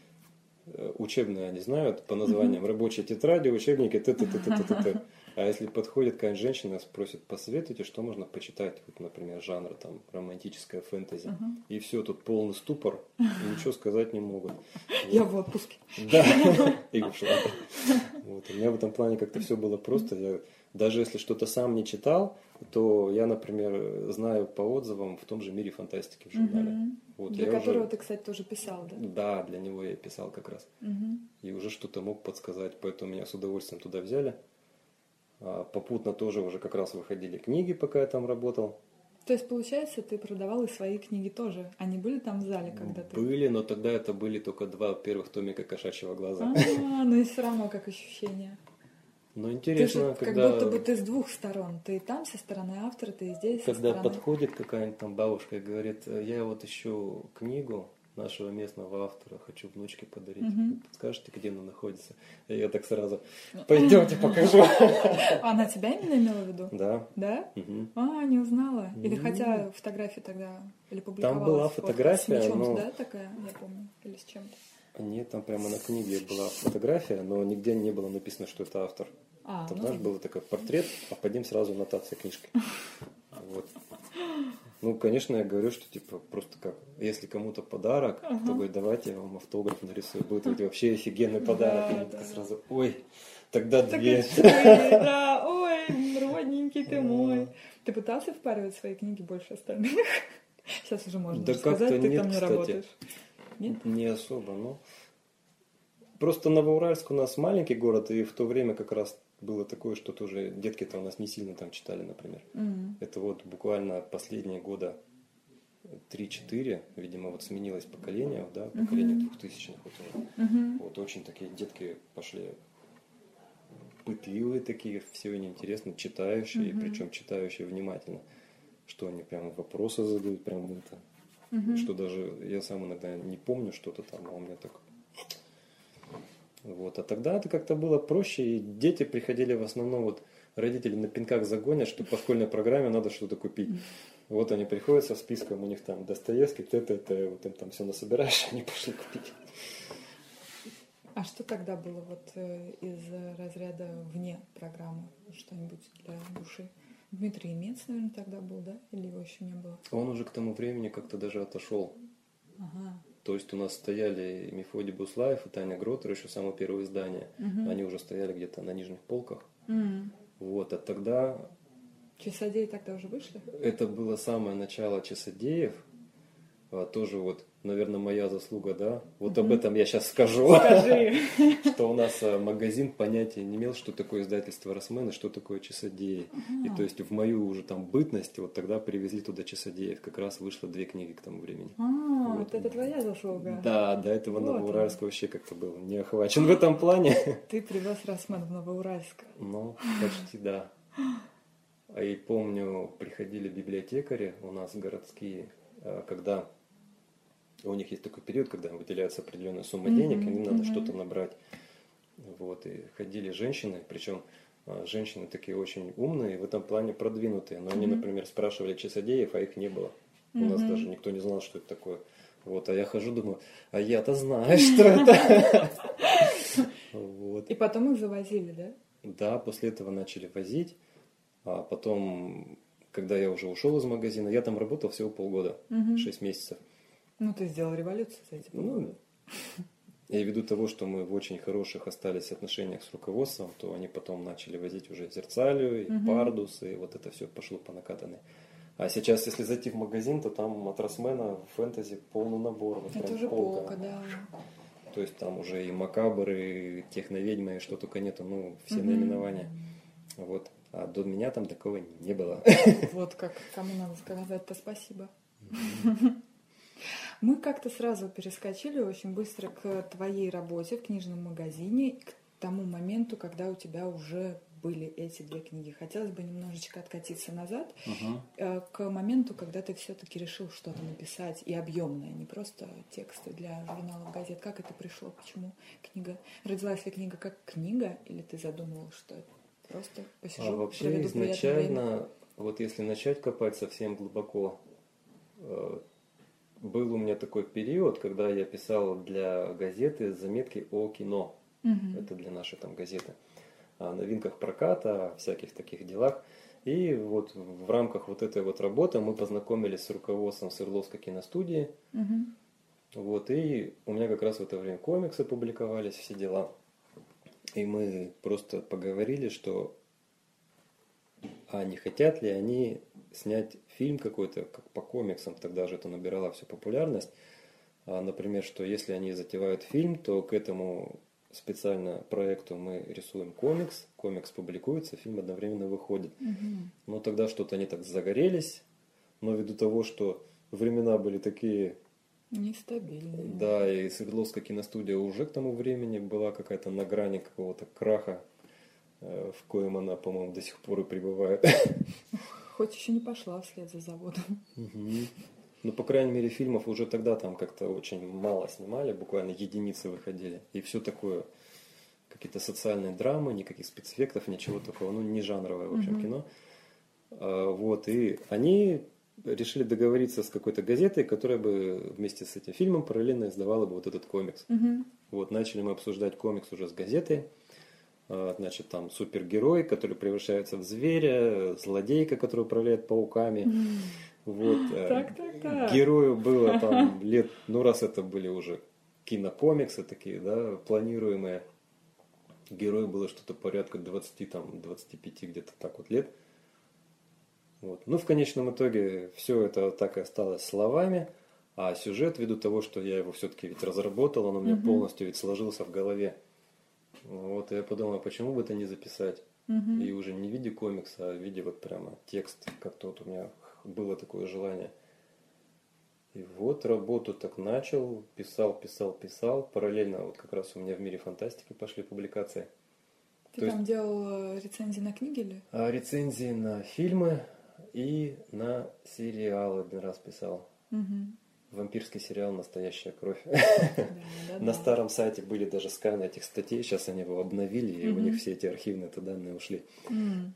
э, учебные они знают по названиям рабочие тетради, учебники, т-т-т-т-т-т. А если подходит какая-нибудь женщина, спросит, посоветуйте, что можно почитать, вот, например, жанр там романтическое фэнтези. Ага. И все, тут полный ступор, и ничего сказать не могут. Я в отпуске. Да, и ушла. Вот. У меня в этом плане как-то все было просто. Я, даже если что-то сам не читал, то я, например, знаю по отзывам в том же «Мире фантастики» в журнале. Угу. Вот, Для я которого уже... ты, кстати, тоже писал, да? Да, для него я писал как раз. Угу. И уже что-то мог подсказать, поэтому меня с удовольствием туда взяли. А попутно тоже уже как раз выходили книги, пока я там работал. То есть, получается, ты продавал и свои книги тоже? Они были там в зале, когда ты... Были, но тогда это были только два первых томика «Кошачьего глаза». А, ну и все равно как ощущение. Ну, интересно, ты же, когда... как будто бы ты с двух сторон. Ты и там со стороны автора, ты и здесь со Когда стороны... подходит какая-нибудь там бабушка и говорит, я вот ищу книгу нашего местного автора, хочу внучке подарить. Угу. Подскажете, где она находится? И я так сразу, пойдемте, покажу. Она тебя именно имела в виду? Да. Да? Угу. А, не узнала. Или Ну. хотя фотография тогда, или публиковалась. Там была фотка фотография, с мечом, но- да, такая, я помню, или с чем-то. Нет, там прямо на книге была фотография, но нигде не было написано, что это автор. А, Там, ну, знаешь, был такой портрет, а под ним сразу аннотация книжки. Вот. Ну, конечно, я говорю, что типа просто как, если кому-то подарок, Ага. то говорит, давайте я вам автограф нарисую. Будет ведь вообще офигенный подарок. Да, И я да. такой сразу, ой, тогда Так две. и чё, да, ой, родненький ты мой. Ты пытался впаривать свои книги больше остальных? Сейчас уже можно Да сказать, как-то ты нет, там не кстати. работаешь. Нет? Не особо, ну. Просто Новоуральск у нас маленький город, и в то время как раз было такое, что тоже детки-то у нас не сильно там читали, например. Мгм. Это вот буквально последние года три-четыре, видимо, вот сменилось поколение, да, поколение двухтысячных. Вот, уже. Мгм. Вот очень такие детки пошли пытливые такие, все они интересно, читающие, Мгм. причем читающие внимательно, что они прям вопросы задают, прям это, Мгм. что даже я сам иногда не помню что-то там, а у меня так... Вот. А тогда это как-то было проще, и дети приходили в основном, вот родители на пинках загонят, что по школьной программе надо что-то купить. Вот они приходят со списком, у них там Достоевский, т-т-т, вот им там все насобираешь, они пошли купить. А что тогда было вот э, из разряда вне программы? Что-нибудь для души? Дмитрий Емец, наверное, тогда был, да? Или его еще не было? Он уже к тому времени как-то даже отошел. Ага. То есть у нас стояли Мефодий Буслаев и Таня Гротер, еще самое первое издание. Мгм. Они уже стояли где-то на нижних полках. М. Вот. А тогда Часодеи тогда уже вышли? это было самое начало Часодеев. А, тоже вот, наверное, моя заслуга, да? Вот об этом я сейчас скажу. Скажи. Что у нас а, магазин понятия не имел, что такое издательство «Росмен» и что такое Часодеи. И то есть в мою уже там бытность, вот тогда привезли туда Часодеев. Как раз вышло две книги к тому времени. А, Вот. вот это твоя заслуга. Да, до этого Вот Новоуральск вообще как-то был не охвачен в этом плане. Ты привез Росмен в Новоуральск. Ну, почти да. А и помню, приходили библиотекари у нас городские, а, когда у них есть такой период, когда им выделяется определенная сумма денег, Мгм, им надо мгм. что-то набрать. Вот, и ходили женщины, причем а, женщины такие очень умные, в этом плане продвинутые. Но они, Мгм. например, спрашивали часодеев, а их не было. У нас Мгм. даже никто не знал, что это такое. Вот, а я хожу, думаю, а я-то знаю, что это. Вот. И потом их завозили, да? Да, после этого начали возить. А потом, когда я уже ушел из магазина, я там работал всего полгода, Мгм. шесть месяцев. Ну, ты сделал революцию за эти полгода. Ну, и ввиду того, что мы в очень хороших остались отношениях с руководством, то они потом начали возить уже Зерцалию, и Мгм. Пардус, и вот это все пошло по накатанной. А сейчас, если зайти в магазин, то там от Росмена фэнтези полный набор. Вот Это прям уже полка, да. То есть там уже и макабры, и техноведьмы, и что только нету, ну, все Мгм. наименования. Вот. А до меня там такого не было. Вот как, кому надо сказать-то спасибо. Мы как-то сразу перескочили очень быстро к твоей работе в книжном магазине, к тому моменту, когда у тебя уже были эти две книги. Хотелось бы немножечко откатиться назад, э, к моменту, когда ты все-таки решил что-то написать и объемное, не просто тексты для журналов, газет. Как это пришло? Почему книга? Родилась ли книга как книга, или ты задумывал, что просто посижу, А вообще проведу приятное время? изначально, вот если начать копать совсем глубоко, э, был у меня такой период, когда я писал для газеты заметки о кино. Мгм. Это для нашей там газеты. О новинках проката, о всяких таких делах. И вот в рамках вот этой вот работы мы познакомились с руководством Свердловской киностудии. Мгм. Вот, и у меня как раз в это время комиксы публиковались, все дела. И мы просто поговорили, что а не хотят ли они снять фильм какой-то, как по комиксам, тогда же это набирало всю популярность. А, например, что если они затевают фильм, то к этому специально проекту мы рисуем комикс, комикс публикуется, фильм одновременно выходит. Мгм. Но тогда что-то они так загорелись, но ввиду того, что времена были такие, Нестабильные. да, и Свердловская киностудия уже к тому времени была какая-то на грани какого-то краха, э, в коем она, по-моему, до сих пор и пребывает. Хоть еще не пошла вслед за заводом. Мгм. Ну, по крайней мере, фильмов уже тогда там как-то очень мало снимали, буквально единицы выходили. И все такое, какие-то социальные драмы, никаких спецэффектов, ничего такого, ну, не жанровое, в общем, Мгм. кино. А, вот, и они решили договориться с какой-то газетой, которая бы вместе с этим фильмом параллельно издавала бы вот этот комикс. Мгм. Вот, начали мы обсуждать комикс уже с газетой. А, значит, там супергерой, который превращается в зверя, злодейка, которая управляет пауками. Мгм. Вот, э, Так, так, так. герою было там лет, ну раз это были уже кинокомиксы такие, да, планируемые, герою было что-то порядка двадцати, там, двадцати пяти где-то так вот лет. Вот. Ну, в конечном итоге все это так и осталось словами, а сюжет, ввиду того, что я его все-таки ведь разработал, он у меня Мгм. полностью ведь сложился в голове. Вот, и я подумал, а почему бы это не записать? Мгм. И уже не в виде комикса, а в виде вот прямо текст, как-то вот у меня было такое желание. И вот работу так начал, писал, писал, писал. Параллельно вот как раз у меня в мире фантастики пошли публикации. Ты То там есть- делал э, рецензии на книги или? А рецензии на фильмы и на сериалы один раз писал. Мгм. Вампирский сериал «Настоящая кровь». Да, да, На да. старом сайте были даже сканы этих статей, сейчас они его обновили, и у Мгм. них все эти архивные данные ушли. М.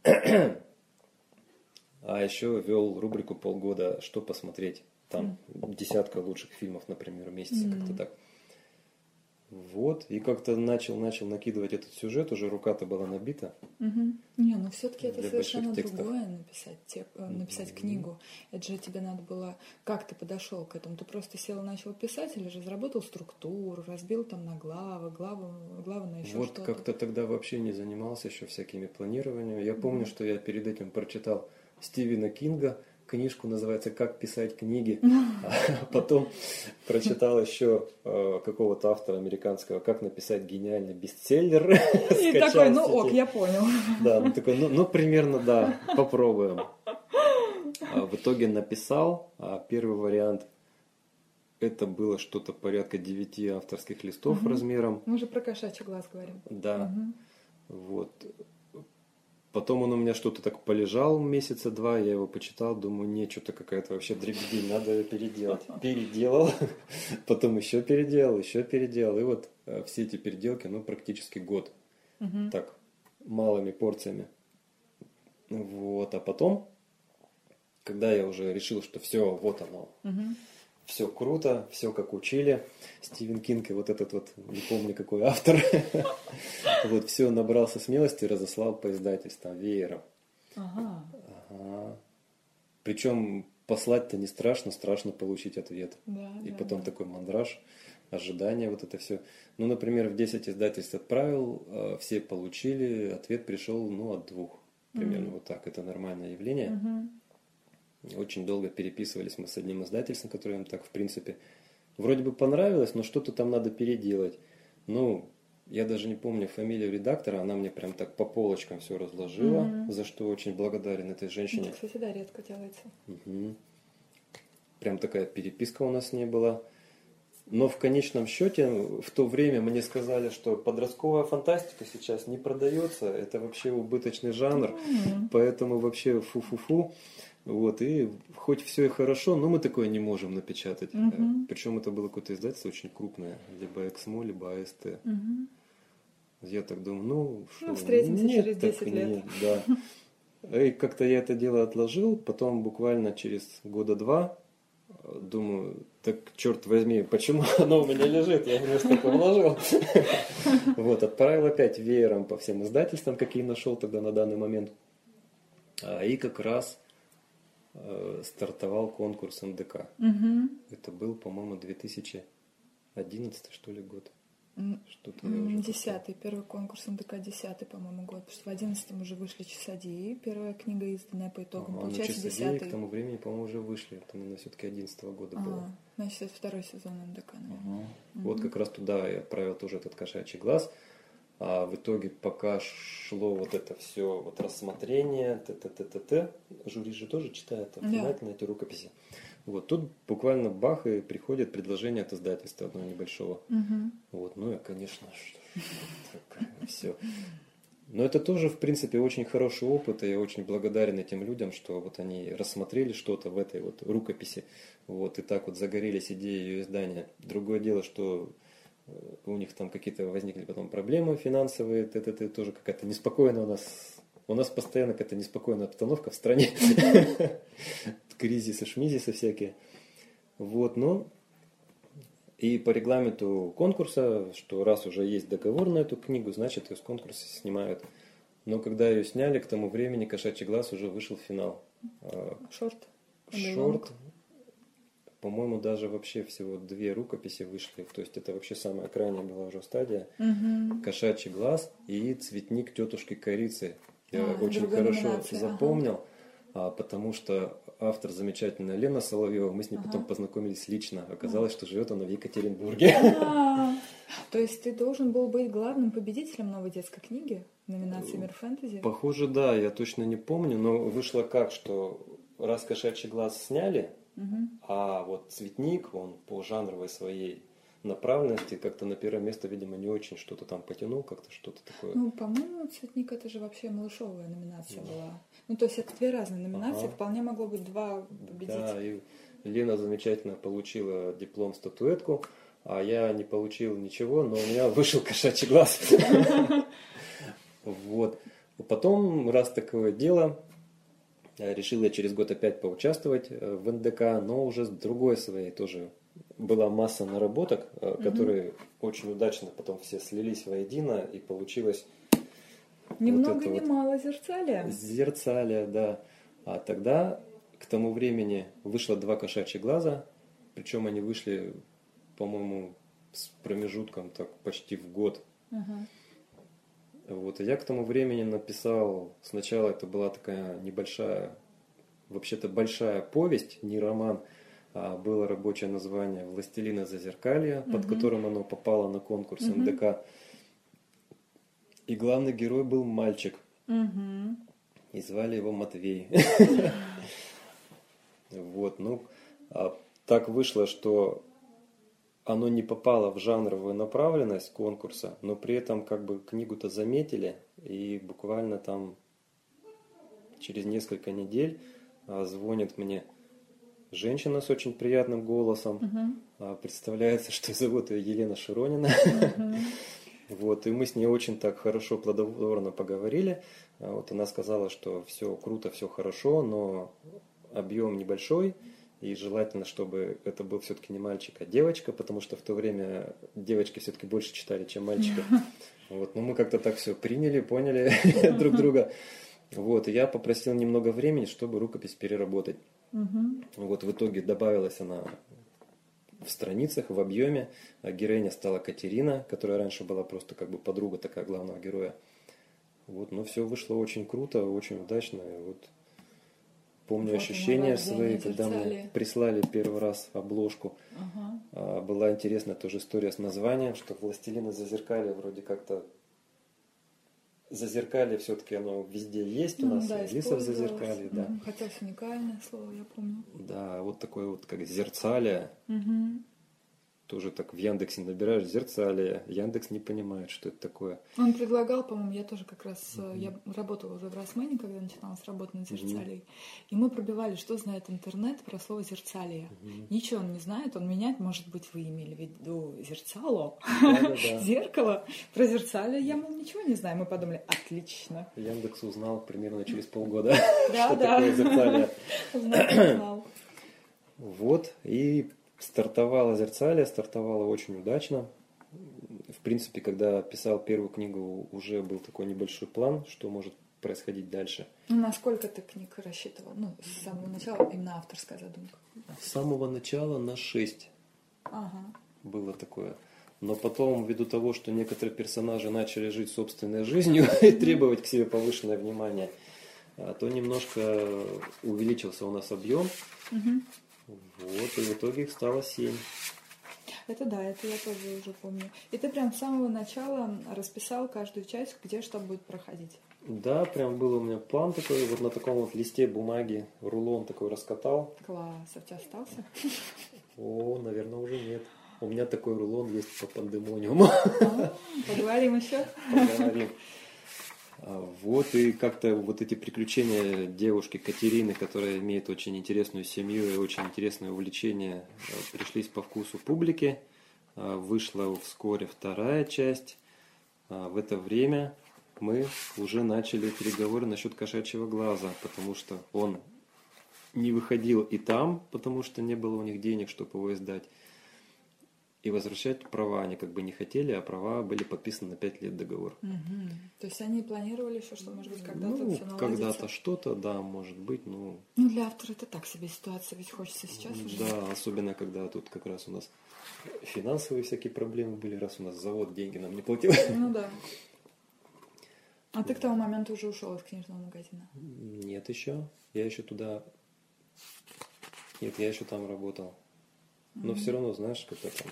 А еще вел рубрику полгода «Что посмотреть?». Там десятка лучших фильмов, например, в месяц, Мгм. как-то так. Вот, и как-то начал, начал накидывать этот сюжет, уже рука-то была набита. Мгм. Не, ну все-таки это Для совершенно больших текстов. другое написать, тек- э, написать книгу. Это же тебе надо было... Как ты подошел к этому? Ты просто сел и начал писать или же разработал структуру, разбил там на главы, главы, главы на еще Вот что-то? как-то тогда вообще не занимался еще всякими планированиями. Я помню, что я перед этим прочитал Стивена Кинга, книжку называется «Как писать книги». А потом прочитал еще э, какого-то автора американского «Как написать гениальный бестселлер». И Скачал такой, ну статьи. ок, я понял. Да, ну такой, ну, ну примерно, да, попробуем. А в итоге написал, а первый вариант это было что-то порядка девяти авторских листов Мгм. размером. Мы же про кошачий глаз говорим. Да, Мгм. вот. Потом он у меня что-то так полежал месяца два, я его почитал, думаю, не, что-то какая-то вообще дребедень, надо ее переделать. Переделал, потом еще переделал, еще переделал. И вот э, все эти переделки, ну, практически год. Мгм. Так, малыми порциями. Вот, а потом, когда я уже решил, что все, вот оно, Мгм. все круто, все как учили, Стивен Кинг и вот этот вот, не помню какой автор, вот все, набрался смелости и разослал по издательствам веером. Ага, Ага. Причем послать-то не страшно, страшно получить ответ. да, И да, потом да. такой мандраж, ожидание, вот это все. Ну, например, в десять издательств отправил, э, все получили, ответ пришел, ну, от двух. Примерно Мгм. вот так. Это нормальное явление. Мгм. Очень долго переписывались мы с одним издательством, которое им так, в принципе, вроде бы понравилось, но что-то там надо переделать. Ну, я даже не помню фамилию редактора, она мне прям так по полочкам все разложила, Мгм. за что очень благодарен этой женщине. Это, кстати, да, редко делается. Мгм. Прям такая переписка у нас не была. Но в конечном счете, в то время мне сказали, что подростковая фантастика сейчас не продается, это вообще убыточный жанр, М. поэтому вообще фу-фу-фу. Вот, и хоть все и хорошо, но мы такое не можем напечатать. Мгм. Причем это было какое-то издательство очень крупное, либо Эксмо, либо АСТ. Мгм. Я так думаю, ну, Ну, шо, встретимся нет, через так десять лет. нет, да. И как-то я это дело отложил, потом буквально через года два, э, думаю, так, черт возьми, почему оно у меня лежит? Я его столько вложил. Вот, отправил опять веером по всем издательствам, какие нашел тогда на данный момент. И как раз стартовал конкурс эн дэ ка. Это был, по-моему, две тысячи одиннадцатый, что ли, год. Что-то я уже Десятый, первый конкурс эн дэ ка, десятый, по-моему, год. Потому что в одиннадцатом уже вышли «Часодеи», первая книга, изданная по итогам. Ага, Получается, ну, «Часодеи» десятый. к тому времени, по-моему, уже вышли. Это, наверное, все-таки одиннадцатого года а, было. Значит, это второй сезон эн дэ ка, наверное. Ага. Угу. Вот как раз туда я отправил тоже этот «Кошачий глаз». А в итоге, пока шло вот это все вот рассмотрение, т-т-т-т-т, жюри же тоже читает внимательно, да, эти рукописи. Вот тут буквально бах, и приходит предложение от издательства одного небольшого. Угу. Вот, ну я, конечно, все. Но это тоже, в принципе, очень хороший опыт, и я очень благодарен этим людям, что вот они рассмотрели что-то в этой вот рукописи, вот, и так вот загорелись идеей ее издания. Другое дело, что у них там какие-то возникли потом проблемы финансовые, это, это тоже какая-то неспокойная у нас, у нас постоянно какая-то неспокойная обстановка в стране, кризисы, шмизисы всякие. Вот, ну, и по регламенту конкурса, что раз уже есть договор на эту книгу, значит, ее с конкурса снимают. Но когда ее сняли, к тому времени «Кошачий глаз» уже вышел в финал. Шорт. Шорт. По-моему, даже вообще всего две рукописи вышли. То есть это вообще самая крайняя была уже стадия. Угу. «Кошачий глаз» и «Цветник тетушки Корицы». Я а, очень хорошо номинация. запомнил, ага. а, потому что автор замечательная Лена Соловьева. Мы с ней ага. потом познакомились лично. Оказалось, ага. что живет она в Екатеринбурге. А-а-а. То есть ты должен был быть главным победителем новой детской книги в номинации «Мир фэнтези»? Похоже, да. Я точно не помню. Но вышло как, что раз «Кошачий глаз» сняли, угу. а вот «Цветник», он по жанровой своей направленности как-то на первое место, видимо, не очень что-то там потянул, как-то что-то такое. Ну, по-моему, «Цветник» это же вообще малышовая номинация да. была. Ну, то есть это две разные номинации, ага. вполне могло быть два победителя. Да, и Лена замечательно получила диплом-статуэтку, а я не получил ничего, но у меня вышел «Кошачий глаз». Вот. Потом, раз такое дело, решил я через год опять поучаствовать в эн дэ ка, но уже с другой своей тоже. Была масса наработок, которые угу. очень удачно потом все слились воедино, и получилось... Ни вот много ни вот мало «Зерцалия». «Зерцалия», да. А тогда, к тому времени, вышло два «Кошачьих глаза», причем они вышли, по-моему, с промежутком так почти в год. Угу. Вот, и я к тому времени написал, сначала это была такая небольшая, вообще-то большая повесть, не роман, а было рабочее название «Властелина Зазеркалья», угу. под которым оно попало на конкурс угу. эн дэ ка. И главный герой был мальчик. Угу. И звали его Матвей. Вот, ну, так вышло, что оно не попало в жанровую направленность конкурса, но при этом как бы книгу-то заметили, и буквально там через несколько недель звонит мне женщина с очень приятным голосом. Uh-huh. Представляется, что зовут ее Елена Широнина. Uh-huh. Вот, и мы с ней очень так хорошо, плодотворно поговорили. Вот она сказала, что все круто, все хорошо, но объем небольшой. И желательно, чтобы это был все-таки не мальчик, а девочка, потому что в то время девочки все-таки больше читали, чем мальчиков. Uh-huh. Вот, но мы как-то так все приняли, поняли uh-huh. друг друга. Вот, и я попросил немного времени, чтобы рукопись переработать. Угу. Вот в итоге добавилась она в страницах, в объеме. Героиня стала Катерина, которая раньше была просто как бы подруга такая главного героя. Вот, но все вышло очень круто, очень удачно. И вот помню вот ощущения свои, когда мне прислали первый раз обложку. Ага. Была интересная тоже история с названием, что «Властелина Зазеркалья» вроде как-то Зазеркалье все-таки оно везде есть у нас, ну, да, Алиса в Зазеркалье, да. Угу. Хотя уникальное слово, я помню. Да, вот такое вот как «Зерцалия». Угу. Тоже так в Яндексе набираешь «Зерцалия», Яндекс не понимает, что это такое. Он предлагал, по-моему, я тоже как раз, угу. я работала уже в Росмене, когда начиналась работа над «Зерцалией», угу. и мы пробивали, что знает интернет про слово «Зерцалия». Угу. Ничего он не знает, он меняет, может быть, вы имели в виду «зерцало», «зеркало». Про «Зерцалия» я, мол, ничего не знаю. Мы подумали, отлично. Яндекс узнал примерно через полгода, что такое «Зерцалия». Узнал, узнал. Вот, и Стартовала «Зерцалия», стартовала очень удачно. В принципе, когда писал первую книгу, уже был такой небольшой план, что может происходить дальше. Ну, насколько ты книг рассчитывал? Ну, с самого начала именно авторская задумка. С самого начала на шесть Ага. было такое. Но потом, ввиду того, что некоторые персонажи начали жить собственной жизнью и требовать к себе повышенное внимание, то немножко увеличился у нас объем. Угу. Вот, и в итоге их стало семь. Это да, это я тоже уже помню. И ты прям с самого начала расписал каждую часть, где что будет проходить. Да, прям был у меня план такой, вот на таком вот листе бумаги, рулон такой раскатал. Класс, а у тебя остался? О, наверное, уже нет. У меня такой рулон есть по пандемониуму. А, поговорим еще? Поговорим. Вот, и как-то вот эти приключения девушки Катерины, которая имеет очень интересную семью и очень интересное увлечение, пришлись по вкусу публики. Вышла вскоре вторая часть. В это время мы уже начали переговоры насчет «Кошачьего глаза», потому что он не выходил и там, потому что не было у них денег, чтобы его издать. И возвращать права они как бы не хотели, а права были подписаны на пять лет договор. Угу. То есть они планировали еще, что, может быть, когда-то Ну, все наладится? когда-то что-то, да, может быть, ну... Ну, для автора это так себе ситуация, ведь хочется сейчас уже. Да, особенно когда тут как раз у нас финансовые всякие проблемы были, раз у нас завод деньги нам не платил. Ну да. А ты к тому моменту уже ушел из книжного магазина? Нет еще. Я еще туда... Нет, я еще там работал. Но mm-hmm. все равно, знаешь, как-то там...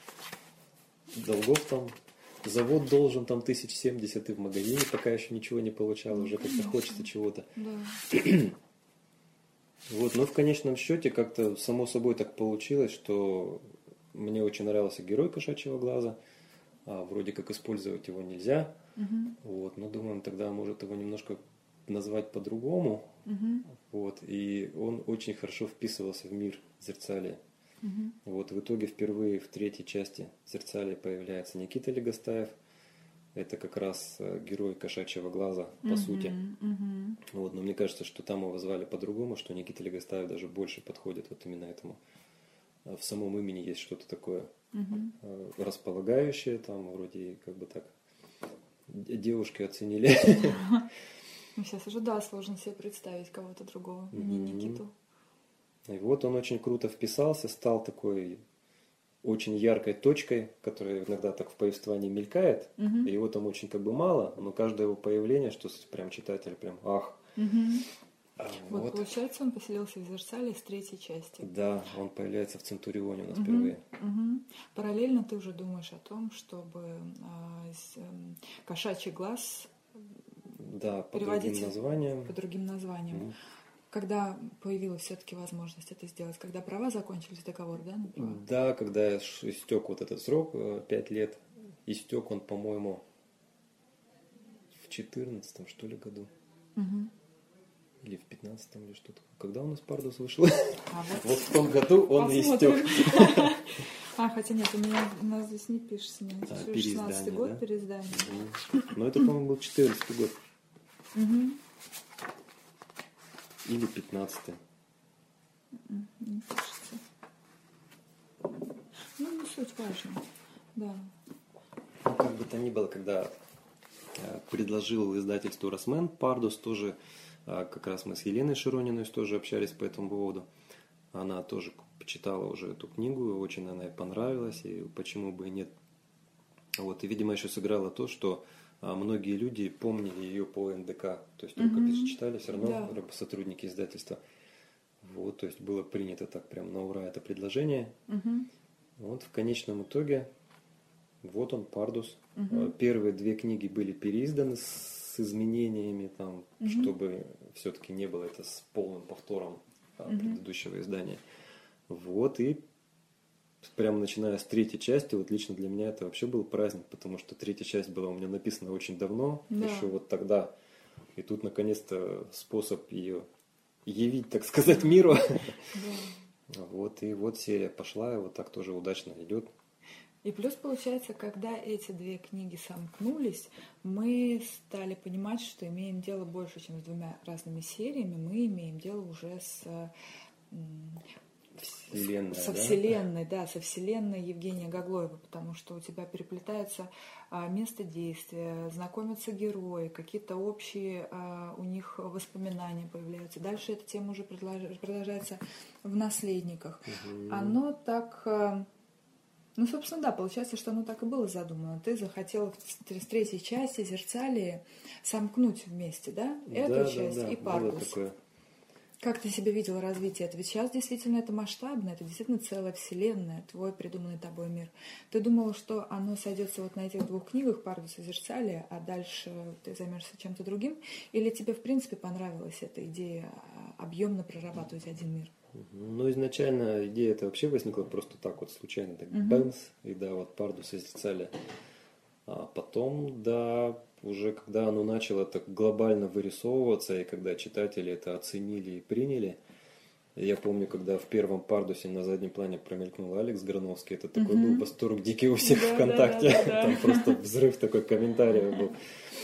Долгов там... Завод должен там тысяч семьдесят, и в магазине пока еще ничего не получал, ну, уже конечно. как-то хочется чего-то. Да. Вот, но в конечном счете как-то само собой так получилось, что мне очень нравился герой «Кошачьего глаза». А вроде как использовать его нельзя. Угу. Вот, но думаем, тогда может его немножко назвать по-другому. Угу. Вот, и он очень хорошо вписывался в мир «Зерцалия». Угу. Вот, в итоге впервые в третьей части «Зерцалия» появляется Никита Легостаев. Это как раз герой «Кошачьего глаза», по угу. сути. Угу. Вот, но мне кажется, что там его звали по-другому, что Никита Легостаев даже больше подходит вот именно этому. В самом имени есть что-то такое угу. располагающее, там вроде как бы так девушки оценили. Ну, сейчас уже, да, сложно себе представить кого-то другого, не Никиту. И вот он очень круто вписался, стал такой очень яркой точкой, которая иногда так в повествовании мелькает, угу. и его там очень как бы мало, но каждое его появление, что прям читатель прям ах. Угу. А, вот, вот, получается, он поселился в «Зерцалии» с третьей части. Да, он появляется в «Центурионе» у нас угу. впервые. Угу. Параллельно ты уже думаешь о том, чтобы э, с, э, «Кошачий глаз» да, по переводить другим названиям. По другим названиям. Mm. Когда появилась все-таки возможность это сделать? Когда права закончились, договор, да? На права? Да, когда истек вот этот срок, пять лет, истек он, по-моему, в четырнадцатом, что ли, году. Угу. Или в пятнадцатом, или что-то. Когда у нас «Пардус» вышел? А вот. Вот в том году он и истек. А, хотя нет, у меня у нас здесь не пишется. А, шестнадцатый год, да? Переиздание. Но это, по-моему, был четырнадцатый год. Угу. Или пятнадцатый. Не пишется. Ну, не суть важно. Да. Ну, как бы то ни было, когда предложил издательству «Росмен» «Пардус», тоже как раз мы с Еленой Широниной тоже общались по этому поводу. Она тоже почитала уже эту книгу, очень она ей понравилась, и почему бы и нет. Вот, и, видимо, еще сыграло то, что многие люди помнили ее по эн дэ ка, то есть рукопись mm-hmm. читали, все равно да. сотрудники издательства. Вот, то есть было принято так прям на ура это предложение. Mm-hmm. Вот в конечном итоге, вот он, «Пардус». Mm-hmm. Первые две книги были переизданы с изменениями, там, mm-hmm. чтобы все-таки не было это с полным повтором mm-hmm. предыдущего издания. Вот, и прямо начиная с третьей части, вот лично для меня это вообще был праздник, потому что третья часть была у меня написана очень давно, да. еще вот тогда. И тут наконец-то способ ее явить, так сказать, миру. Да. Вот, и вот серия пошла, и вот так тоже удачно идет. И плюс, получается, когда эти две книги сомкнулись, мы стали понимать, что имеем дело больше, чем с двумя разными сериями. Мы имеем дело уже с Вселенная, со да? вселенной, да, со вселенной Евгения Гаглоева, потому что у тебя переплетается а, место действия, знакомятся герои, какие-то общие а, у них воспоминания появляются. Дальше эта тема уже продолжается в «Наследниках». Угу. Оно так... А, ну, собственно, да, получается, что оно так и было задумано. Ты захотела в третьей части «Зерцалии» сомкнуть вместе, да, эту да, часть да, да, и «Паркус». было такое. Как ты себе видел развитие этого? Ведь сейчас действительно это масштабно, это действительно целая вселенная, твой придуманный тобой мир. Ты думала, что оно сойдется вот на этих двух книгах «Пардус» и «Зерцалия», а дальше ты займешься чем-то другим? Или тебе, в принципе, понравилась эта идея объемно прорабатывать один мир? Ну, изначально идея это вообще возникла просто так вот, случайно, так Мгм. бэнс, и да, вот «Пардус» и «Зерцалия». А потом, да, уже когда оно начало так глобально вырисовываться, и когда читатели это оценили и приняли, я помню, когда в первом «Пардусе» на заднем плане промелькнул Алекс Грановский, это такой Мгм. был восторг дикий у всех Да, ВКонтакте, да, да, да, да. там просто взрыв такой комментариев был.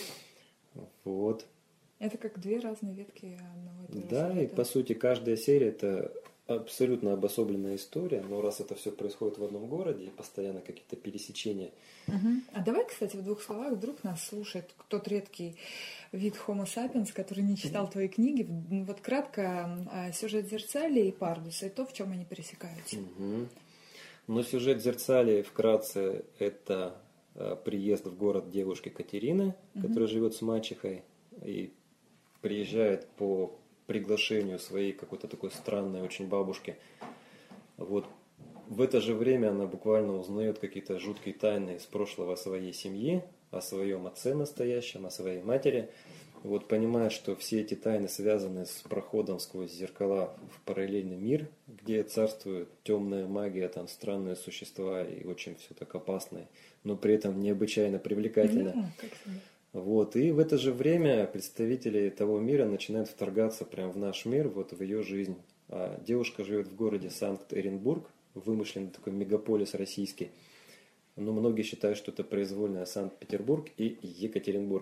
Вот. Это как две разные ветки одного и того же Да, и сюжета. по сути каждая серия это абсолютно обособленная история, но раз это все происходит в одном городе и постоянно какие-то пересечения. Мгм. А давай, кстати, в двух словах, вдруг нас слушает тот редкий вид Homo sapiens, который не читал твои книги. В- Вот кратко а, сюжет «Зерцалии» и «Пардуса» и то, в чем они пересекаются. Мгм. Но сюжет «Зерцалии» вкратце это э, приезд в город девушки Катерины, которая живет с мачехой и приезжает по приглашению своей какой-то такой странной очень бабушки. Вот в это же время она буквально узнает какие-то жуткие тайны из прошлого своей семьи, о своем отце настоящем, о своей матери. Вот понимая, что все эти тайны связаны с проходом сквозь зеркала в параллельный мир, где царствует темная магия, там странные существа и очень все так опасное, но при этом необычайно привлекательно. Верно? Как всегда. Вот, и в это же время представители того мира начинают вторгаться прямо в наш мир, вот в ее жизнь. А девушка живет в городе Санкт-Эренбург, вымышленный такой мегаполис российский. Но многие считают, что это произвольная Санкт-Петербург и Екатеринбург.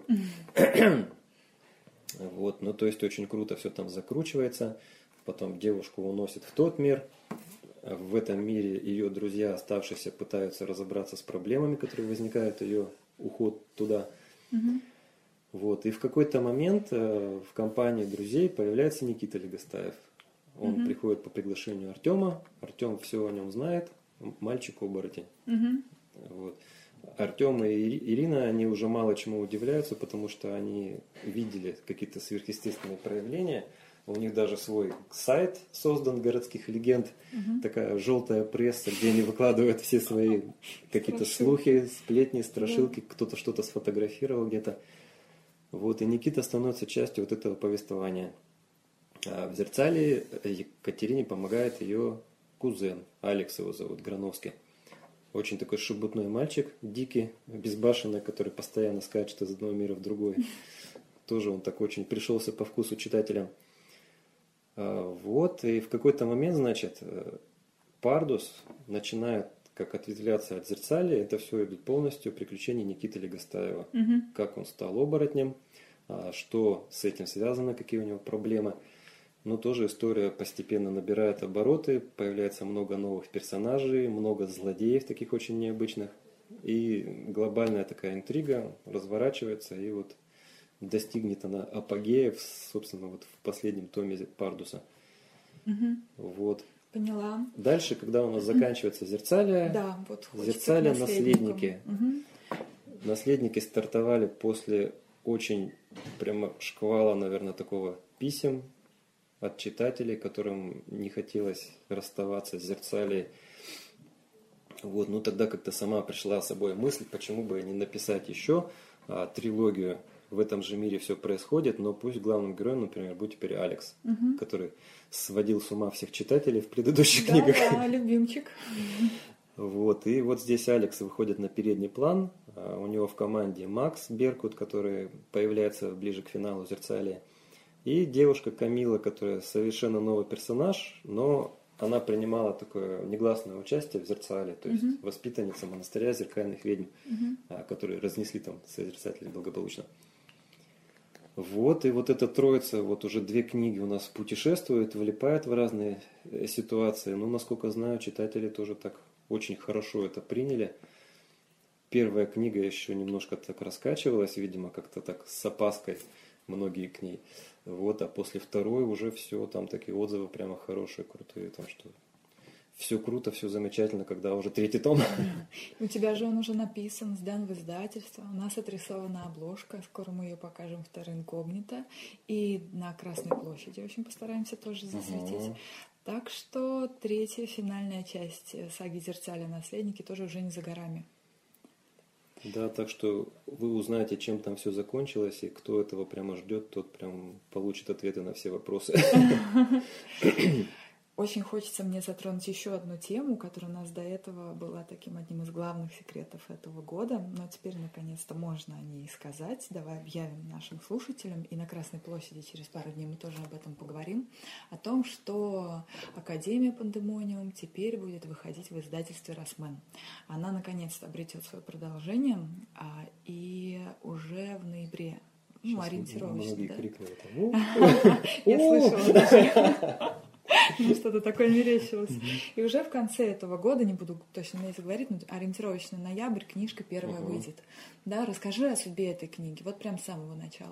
Вот, ну то есть очень круто все там закручивается. Потом девушку уносят в тот мир. В этом мире ее друзья, оставшиеся, пытаются разобраться с проблемами, которые возникают ее уход туда. Мгм. Вот. И в какой-то момент э, в компании друзей появляется Никита Легостаев. Он Мгм. приходит по приглашению Артема. Артем все о нем знает. Мальчик-оборотень. Мгм. Вот. Артем и Ири- Ирина, они уже мало чему удивляются, потому что они видели какие-то сверхъестественные проявления. У них даже свой сайт создан городских легенд. Мгм. Такая желтая пресса, где они выкладывают все свои какие-то Страшилки. слухи, сплетни, страшилки. Кто-то что-то сфотографировал где-то. Вот, и Никита становится частью вот этого повествования. А в «Зерцалии» Екатерине помогает ее кузен, Алекс его зовут, Грановский. Очень такой шебутной мальчик, дикий, безбашенный, который постоянно скачет из одного мира в другой. Тоже он так очень пришелся по вкусу читателям. А, Вот, и в какой-то момент, значит, э, Пардус начинает как ответвляться от «Зерцалии». Это все идут полностью приключения Никиты Легостаева. Мгм. Как он стал оборотнем, а, что с этим связано, какие у него проблемы. Но тоже история постепенно набирает обороты, появляется много новых персонажей, много злодеев таких очень необычных. И глобальная такая интрига разворачивается и вот достигнет она апогея, в- собственно, вот в последнем томе Пардуса. Мгм. Вот. Поняла. Дальше, когда у нас заканчивается «Зерцалия», Да, вот хочется «Зерцалия» к наследникам. наследники. Мгм. Наследники стартовали после очень прямо шквала, наверное, такого писем от читателей, которым не хотелось расставаться с «Зерцалией». Вот, ну тогда как-то сама пришла с собой мысль, почему бы не написать еще а, трилогию. В этом же мире все происходит, но пусть главным героем, например, будет теперь Алекс, Мгм. который сводил с ума всех читателей в предыдущих Да, книгах. да, любимчик. Вот, и вот здесь Алекс выходит на передний план. А, У него в команде Макс Беркут, который появляется ближе к финалу «Зерцалия». И девушка Камила, которая совершенно новый персонаж, но она принимала такое негласное участие в «Зерцале», то есть Мгм. воспитанница монастыря зеркальных ведьм, Мгм. а, которые разнесли там созерцателей благополучно. Вот, и вот эта троица, вот уже две книги у нас путешествует, влипает в разные ситуации. Но, насколько знаю, читатели тоже так очень хорошо это приняли. Первая книга еще немножко так раскачивалась, видимо, как-то так с опаской многие к ней. Вот, а после второй уже все, там такие отзывы прямо хорошие, крутые, там что все круто, все замечательно, когда уже третий том. У тебя же он уже написан, сдан в издательство, у нас отрисована обложка, скоро мы ее покажем в Терра Инкогнито, и на Красной площади очень постараемся тоже засветить. Угу. Так что третья, финальная часть саги «Зерцали. Наследники» тоже уже не за горами. Да, так что вы узнаете, чем там все закончилось, и кто этого прямо ждет, тот прям получит ответы на все вопросы. Очень хочется мне затронуть еще одну тему, которая у нас до этого была таким одним из главных секретов этого года, но теперь наконец-то можно о ней сказать. Давай объявим нашим слушателям, и на Красной площади через пару дней мы тоже об этом поговорим, о том, что Академия Пандемониум теперь будет выходить в издательстве «Росмен». Она наконец-то обретет свое продолжение, и уже в ноябре, ну, ориентировочно, да? Я слышала даже. Что-то такое мерещилось. И уже в конце этого года, не буду точно месяц говорить, но ориентировочно ноябрь, книжка первая угу. выйдет. Да, расскажи о судьбе этой книги, вот прям с самого начала.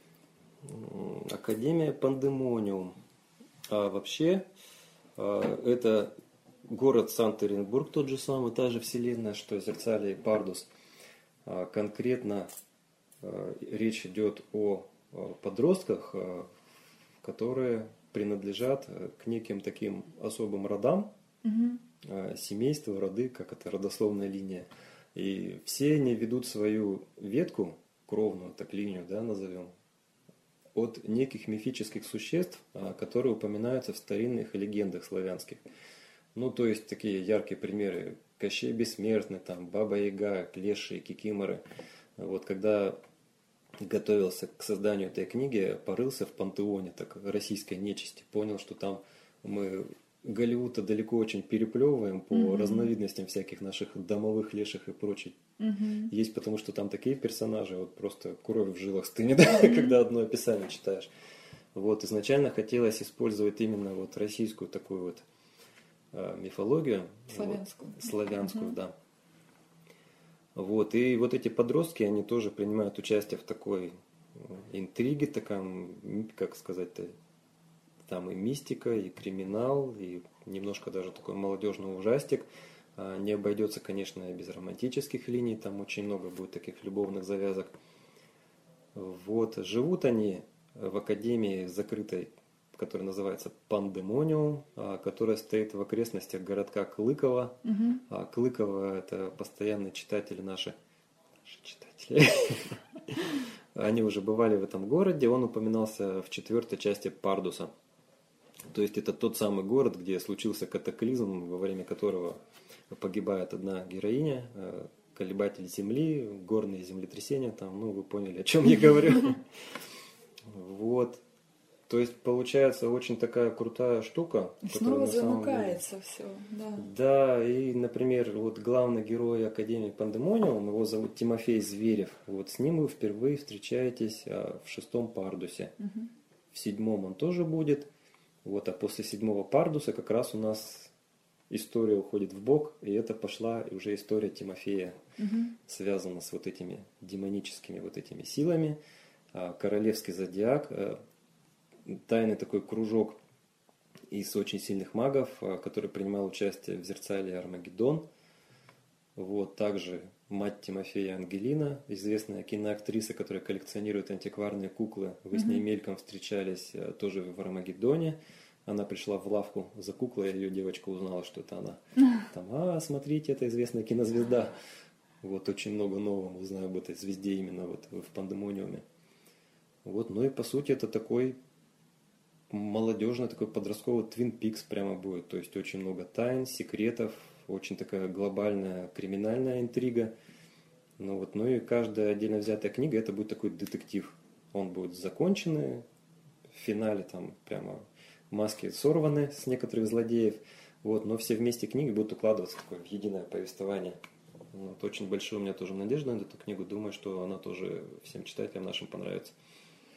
Академия Пандемониум. А вообще, это город Санкт-Петербург, тот же самый, та же вселенная, что Зерцали и Пардус. Конкретно речь идет о подростках, которые принадлежат к неким таким особым родам, угу. семейства, роды, как это родословная линия. И все они ведут свою ветку, кровную, так линию, да, назовем, от неких мифических существ, которые упоминаются в старинных легендах славянских. Ну, то есть такие яркие примеры: Кощей Бессмертный, там, Баба Яга, Леши, Кикиморы. Вот когда готовился к созданию этой книги, порылся в пантеоне так, российской нечисти, понял, что там мы Голливуда далеко очень переплевываем по mm-hmm. разновидностям всяких наших домовых леших и прочей. Mm-hmm. Есть, потому что там такие персонажи, вот просто кровь в жилах стынет, mm-hmm. когда одно описание читаешь. Вот, изначально хотелось использовать именно вот российскую такую вот э, мифологию. Славянскую. Вот, славянскую, mm-hmm. да. Вот, и вот эти подростки, они тоже принимают участие в такой интриге, таком, как сказать-то, там и мистика, и криминал, и немножко даже такой молодежный ужастик. Не обойдется, конечно, и без романтических линий, там очень много будет таких любовных завязок. Вот, живут они в академии закрытой, которая называется Пандемониум, которая стоит в окрестностях городка Клыково. Угу. Клыково — это постоянные читатели наши, наши читатели. Они уже бывали в этом городе, он упоминался в четвертой части Пардуса. То есть это тот самый город, где случился катаклизм, во время которого погибает одна героиня, колебатель земли, горные землетрясения, там, ну вы поняли, о чем я говорю. Вот. То есть получается очень такая крутая штука. И снова замыкается деле... все. Да. Да, и, например, вот главный герой Академии Пандемониум, его зовут Тимофей Зверев. Вот с ним вы впервые встречаетесь а, в шестом Пардусе. Угу. В седьмом он тоже будет. Вот, а после седьмого Пардуса как раз у нас история уходит в бок, и это пошла уже история Тимофея, угу. связана с вот этими демоническими вот этими силами. А, королевский зодиак. А, тайный такой кружок из очень сильных магов, который принимал участие в Зерцале Армагеддон. Вот, также мать Тимофея Ангелина, известная киноактриса, которая коллекционирует антикварные куклы. Вы mm-hmm. с ней мельком встречались тоже в Армагеддоне. Она пришла в лавку за куклой, ее девочка узнала, что это она. Там, а, смотрите, это известная кинозвезда. Вот, очень много нового узнаю об этой звезде именно вот в Пандемониуме. Вот, ну и по сути это такой молодежный, такой подростковый Twin Peaks прямо будет. То есть очень много тайн, секретов, очень такая глобальная криминальная интрига. Ну, вот, ну и каждая отдельно взятая книга это будет такой детектив. Он будет законченный, в финале там прямо маски сорваны с некоторых злодеев. Вот, но все вместе книги будут укладываться такое в единое повествование. Вот, очень большая у меня тоже надежда на эту книгу. Думаю, что она тоже всем читателям нашим понравится.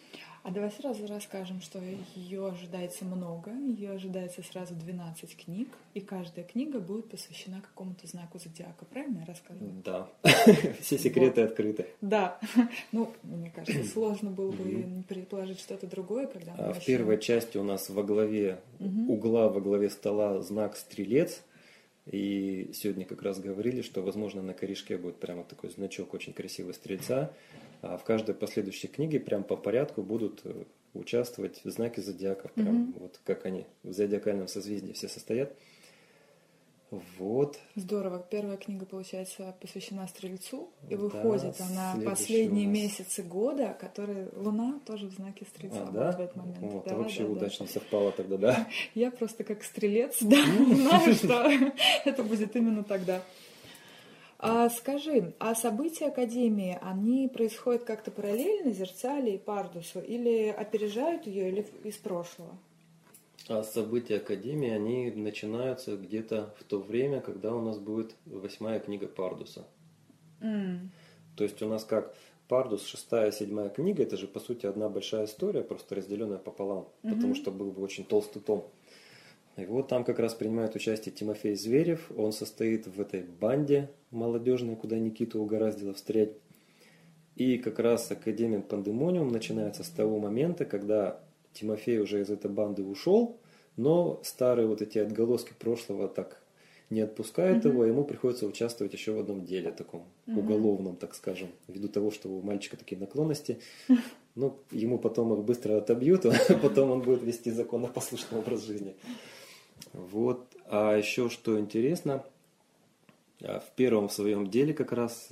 А давай сразу расскажем, что ее ожидается много, ее ожидается сразу двенадцать книг, и каждая книга будет посвящена какому-то знаку зодиака. Правильно я рассказываю? Да, все секреты открыты. Да, ну, мне кажется, сложно было бы предположить что-то другое, когда мы а в первой части у нас во главе угу. угла, во главе стола знак Стрелец. И сегодня как раз говорили, что, возможно, на корешке будет прямо такой значок очень красивый Стрельца. А в каждой последующей книге прям по порядку будут участвовать знаки зодиаков, прям угу. вот как они в зодиакальном созвездии все состоят. Вот. Здорово. Первая книга, получается, посвящена Стрельцу, и Да, выходит она последние нас... месяцы года, которые Луна тоже в знаке Стрельца а, да? в этот момент. Вот, да, вообще да, удачно да. совпало тогда, да? Я просто как стрелец, да, знаю, что это будет именно тогда. А скажи, а события Академии, они происходят как-то параллельно Зерцале и Пардусу, или опережают ее, или из прошлого? А события Академии, они начинаются где-то в то время, когда у нас будет восьмая книга Пардуса. Mm. То есть у нас как Пардус, шестая, седьмая книга, это же по сути одна большая история, просто разделенная пополам, mm-hmm. потому что был бы очень толстый том. И вот там как раз принимает участие Тимофей Зверев, он состоит в этой банде молодежной, куда Никиту угораздило встрять. И как раз Академия Пандемониум начинается с того момента, когда Тимофей уже из этой банды ушел, но старые вот эти отголоски прошлого так не отпускают mm-hmm. его, ему приходится участвовать еще в одном деле, таком mm-hmm. уголовном, так скажем, ввиду того, что у мальчика такие наклонности. Ну, ему потом их быстро отобьют, а потом он будет вести законопослушный образ жизни. Вот. А еще что интересно, в первом своем деле как раз,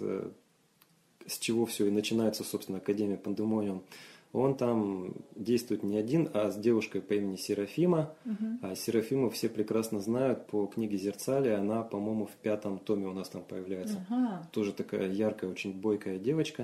с чего все и начинается, собственно, Академия Пандемониум, он там действует не один, а с девушкой по имени Серафима. Uh-huh. А Серафиму все прекрасно знают по книге Зерцалия. Она, по-моему, в пятом томе у нас там появляется. Uh-huh. Тоже такая яркая, очень бойкая девочка.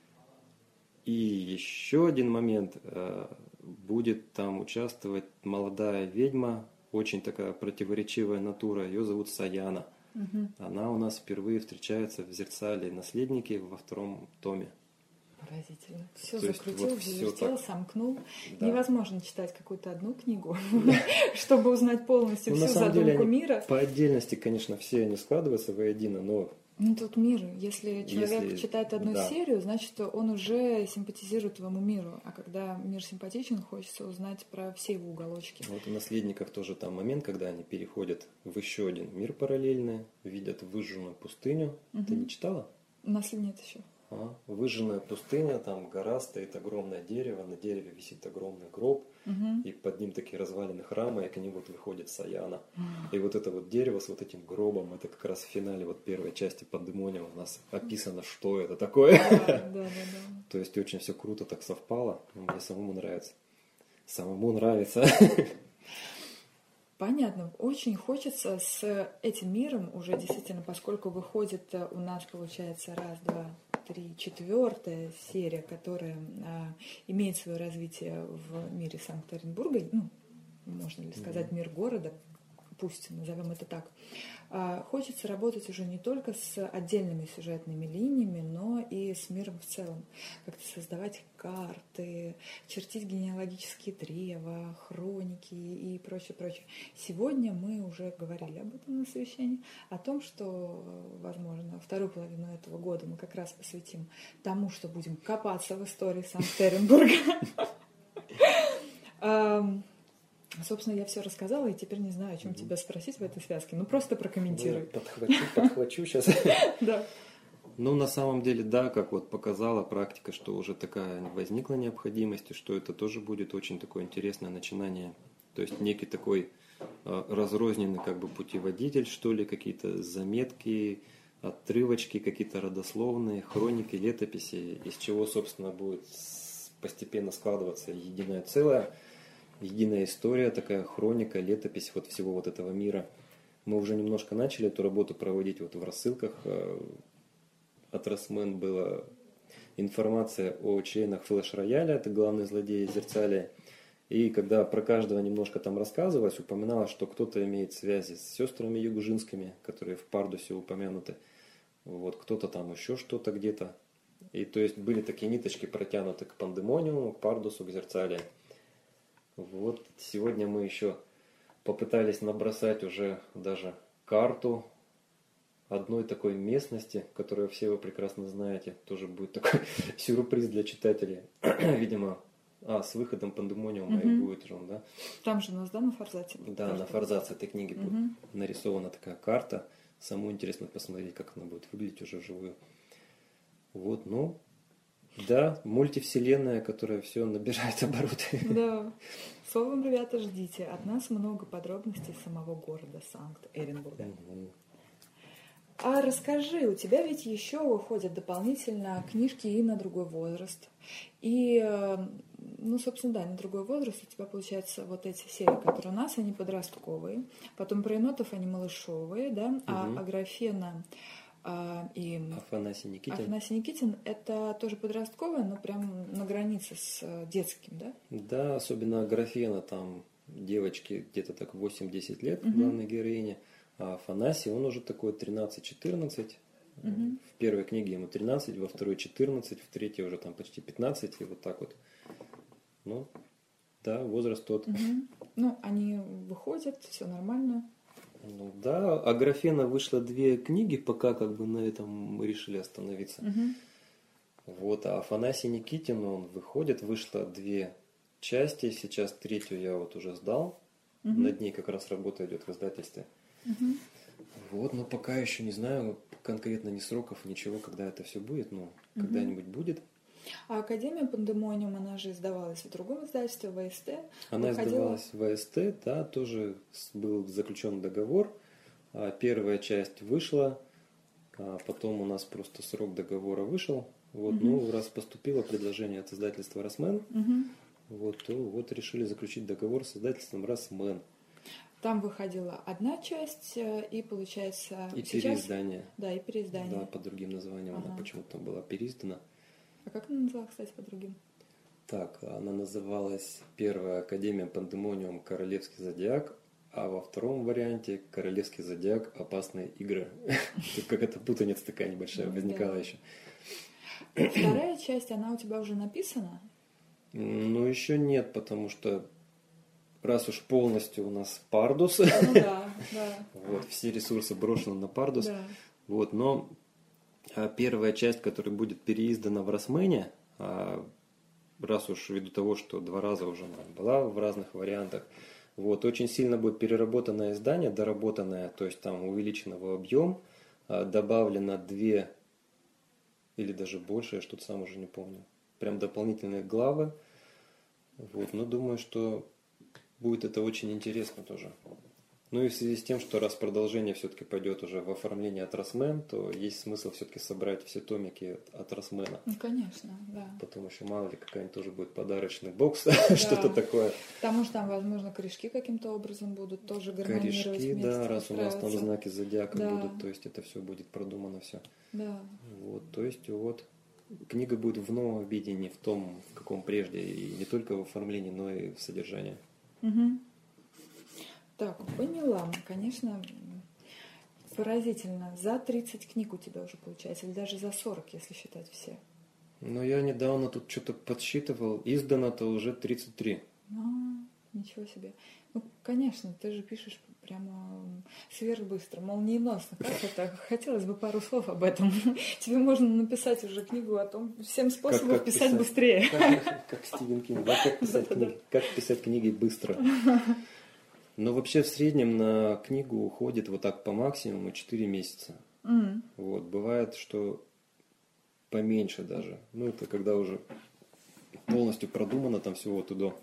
И еще один момент. Будет там участвовать молодая ведьма, очень такая противоречивая натура. Ее зовут Саяна. Uh-huh. Она у нас впервые встречается в Зерцалии «Наследники» во втором томе. Поразительно. Все То закрутил, вот завертел, сомкнул. Да. Невозможно читать какую-то одну книгу, чтобы узнать полностью ну, всю задумку мира. По отдельности, конечно, все они складываются воедино, но... Ну, тут мир. Если человек Если... читает одну да. серию, значит, он уже симпатизирует твоему миру. А когда мир симпатичен, хочется узнать про все его уголочки. Вот в «Наследниках» тоже там момент, когда они переходят в еще один мир параллельный, видят выжженную пустыню. Угу. Ты не читала? «Наследник» еще. А, выжженная пустыня, там гора, стоит огромное дерево, на дереве висит огромный гроб, угу. и под ним такие развалины храма, и к ним вот выходит Саяна. И вот это вот дерево с вот этим гробом, это как раз в финале вот первой части Пандемониума у нас описано, что это такое. Да, да, да, да. То есть очень все круто так совпало, мне самому нравится. Самому нравится. Понятно. Очень хочется с этим миром уже действительно, поскольку выходит у нас, получается, раз, два, три, четвертая серия, которая а, имеет свое развитие в мире Санкт-Петербурга, ну, можно ли сказать, мир города, пусть назовем это так. А, хочется работать уже не только с отдельными сюжетными линиями, но и с миром в целом. Как-то создавать карты, чертить генеалогические древа, хроники и прочее, прочее. Сегодня мы уже говорили об этом на совещании, о том, что, возможно, вторую половину этого года мы как раз посвятим тому, что будем копаться в истории Санкт-Петербурга. Собственно, я все рассказала, и теперь не знаю, о чем mm-hmm. тебя спросить в этой связке. Ну, просто прокомментируй. Ну, подхвачу, подхвачу сейчас. Да. Ну, на самом деле, да, как вот показала практика, что уже такая возникла необходимость, и что это тоже будет очень такое интересное начинание. То есть некий такой э, разрозненный как бы путеводитель, что ли, какие-то заметки, отрывочки, какие-то родословные, хроники, летописи, из чего, собственно, будет постепенно складываться единое целое. Единая история, такая хроника, летопись вот всего вот этого мира. Мы уже немножко начали эту работу проводить вот в рассылках. От Росмен была информация о членах флеш-рояля, это главные злодеи Зерцалия. И когда про каждого немножко там рассказывалось, упоминалось, что кто-то имеет связи с сестрами Ягужинскими, которые в Пардусе упомянуты. Вот кто-то там еще что-то где-то. И то есть были такие ниточки протянуты к Пандемониуму, к Пардусу, к Зерцалии. Вот сегодня мы еще попытались набросать уже даже карту одной такой местности, которую все вы прекрасно знаете. Тоже будет такой сюрприз для читателей. Видимо, а, с выходом Пандемониума Угу. и будет же он, да? Там же у нас, да, на форзате? Да, на форзаце этой книги будет Угу. нарисована такая карта. Самому интересно посмотреть, как она будет выглядеть уже вживую. Вот, ну, да, мультивселенная, которая все набирает обороты. Да. Словом, ребята, ждите. От нас много подробностей самого города Санкт-Эренбурга. Мгм. А расскажи, у тебя ведь еще выходят дополнительно книжки и на другой возраст. И, э, ну, собственно, да, на другой возраст у тебя, получается, вот эти серии, которые у нас, они подростковые. Потом про енотов они малышовые, да, а Мгм. Аграфена а, и Афанасий Никитин. Афанасий Никитин это тоже подростковое, но прям на границе с э, детским, да? Да, особенно Аграфена, там девочки где-то так восемь-десять лет, Мгм. главной героине. А Афанасий, он уже такой тринадцать-четырнадцать. Мгм. В первой книге ему тринадцать, во второй четырнадцать, в третьей уже там почти пятнадцать, и вот так вот. Ну, да, возраст тот. Мгм. Ну, они выходят, все нормально. Ну да, Аграфена вышла две книги, пока как бы на этом мы решили остановиться. Мгм. Вот, а Афанасий Никитин, он выходит, вышло две части, сейчас третью я вот уже сдал, Мгм. над ней как раз работа идет в издательстве. Мгм. Вот, но пока еще не знаю конкретно ни сроков, ничего, когда это все будет, но Мгм. когда-нибудь будет. А Академия Пандемониум, она же издавалась в другом издательстве, в ВСТ. Она Выходила- издавалась в ВСТ, да, тоже с- был заключен договор. А Первая часть вышла, а потом у нас просто срок договора вышел. Вот, Мгм. ну, раз поступило предложение от издательства «Росмен», Мгм. вот, то вот решили заключить договор с издательством «Росмен». Там выходила одна часть, э, и получается И сейчас... переиздание. Да, и переиздание. Да, под другим названием она Ага. почему-то была переиздана. А как она называлась, кстати, по другим? Так, она называлась «Первая Академия Пандемониум. Королевский зодиак», а во втором варианте «Королевский зодиак. Опасные игры». Тут какая-то путаница такая небольшая возникала Да. еще. Вторая часть, она у тебя уже написана? Ну, еще нет, потому что раз уж полностью у нас Пардус, Ну да, да. вот, все ресурсы брошены на Пардус, Да. вот, но а, первая часть, которая будет переиздана в Росмене, а, раз уж ввиду того, что два раза уже она была в разных вариантах, вот, очень сильно будет переработанное издание, доработанное, то есть там увеличено в объем, а, добавлено две или даже больше, я что-то сам уже не помню, прям дополнительные главы, вот, но думаю, что будет это очень интересно тоже. Ну и в связи с тем, что раз продолжение все-таки пойдет уже в оформление от Росмен, то есть смысл все-таки собрать все томики от Росмена. Ну, конечно, да. Потом еще мало ли какая-нибудь тоже будет подарочный бокс, что-то такое. Потому что там, возможно, корешки каким-то образом будут тоже гармонировать Корешки, вместе, да, раз у нас там устраиваться. знаки зодиака Да. будут, то есть это все будет продумано все. Да. Вот, то есть вот книга будет в новом виде, не в том, в каком прежде, и не только в оформлении, но и в содержании. Мгм. Так, поняла. Конечно, поразительно. За тридцать книг у тебя уже получается, или даже за сорок, если считать все. Но я недавно тут что-то подсчитывал, издано-то уже тридцать три. А, ничего себе. Ну, конечно, ты же пишешь прямо сверхбыстро, молниеносно. Как это? Хотелось бы пару слов об этом. Тебе можно написать уже книгу о том, семь способов как писать писать? быстрее. Как, как Стивен Кинг, да, как писать Да-да-да. книги, как писать книги быстро. Но вообще в среднем на книгу уходит вот так по максимуму четыре месяца. М. Вот, бывает, что поменьше даже. Ну, это когда уже полностью продумано там всего от и до.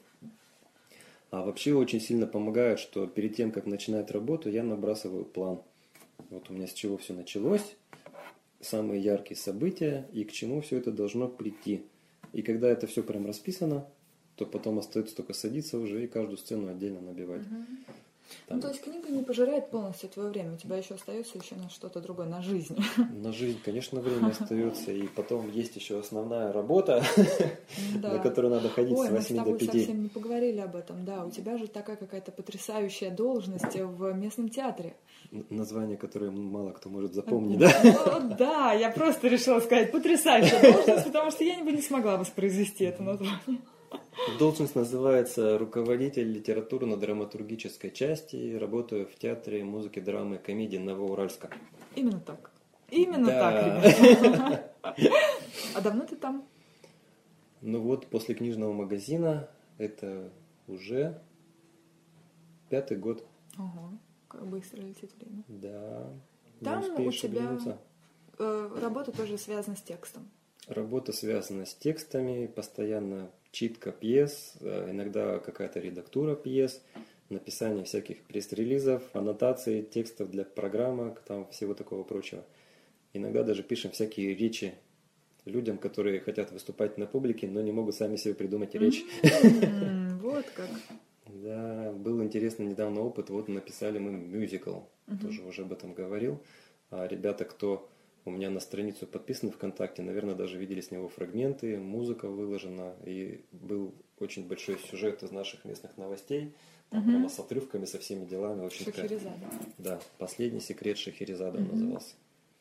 А вообще очень сильно помогает, что перед тем, как начинать работу, я набрасываю план. Вот у меня с чего все началось, самые яркие события и к чему все это должно прийти. И когда это все прям расписано, то потом остается только садиться уже и каждую сцену отдельно набивать. Мгм. Там... Ну, то есть книга не пожирает полностью твое время, у тебя еще остается еще на что-то другое, на жизнь. На жизнь, конечно, время остается, и потом есть еще основная работа, на которую надо ходить с восьми до пяти. Ой, мы с тобой совсем не поговорили об этом, да, у тебя же такая какая-то потрясающая должность в местном театре. Название, которое мало кто может запомнить, да? Ну, да, я просто решила сказать потрясающая должность, потому что я бы не смогла воспроизвести это название. Должность называется руководитель литературно-драматургической части. Работаю в театре музыки, драмы, комедии Новоуральска. Именно так. Именно да. так, ребята. А давно ты там? Ну вот, после книжного магазина это уже пятый год. Ого, как быстро летит время. Да. Там у тебя э, работа тоже связана с текстом. Работа связана с текстами, постоянно читка пьес, иногда какая-то редактура пьес, написание всяких пресс-релизов, аннотации текстов для программок, там всего такого прочего. Иногда даже пишем всякие речи людям, которые хотят выступать на публике, но не могут сами себе придумать речь. Mm-hmm. Вот как. Да, был интересный недавно опыт, вот написали мы мюзикл, mm-hmm. тоже уже об этом говорил. А ребята, кто у меня на страницу подписаны ВКонтакте, наверное, даже видели с него фрагменты, музыка выложена, и был очень большой сюжет из наших местных новостей, там угу. прямо с отрывками, со всеми делами. Очень Шахерезада. Такая, да, «Последний секрет Шахерезада» угу. назывался.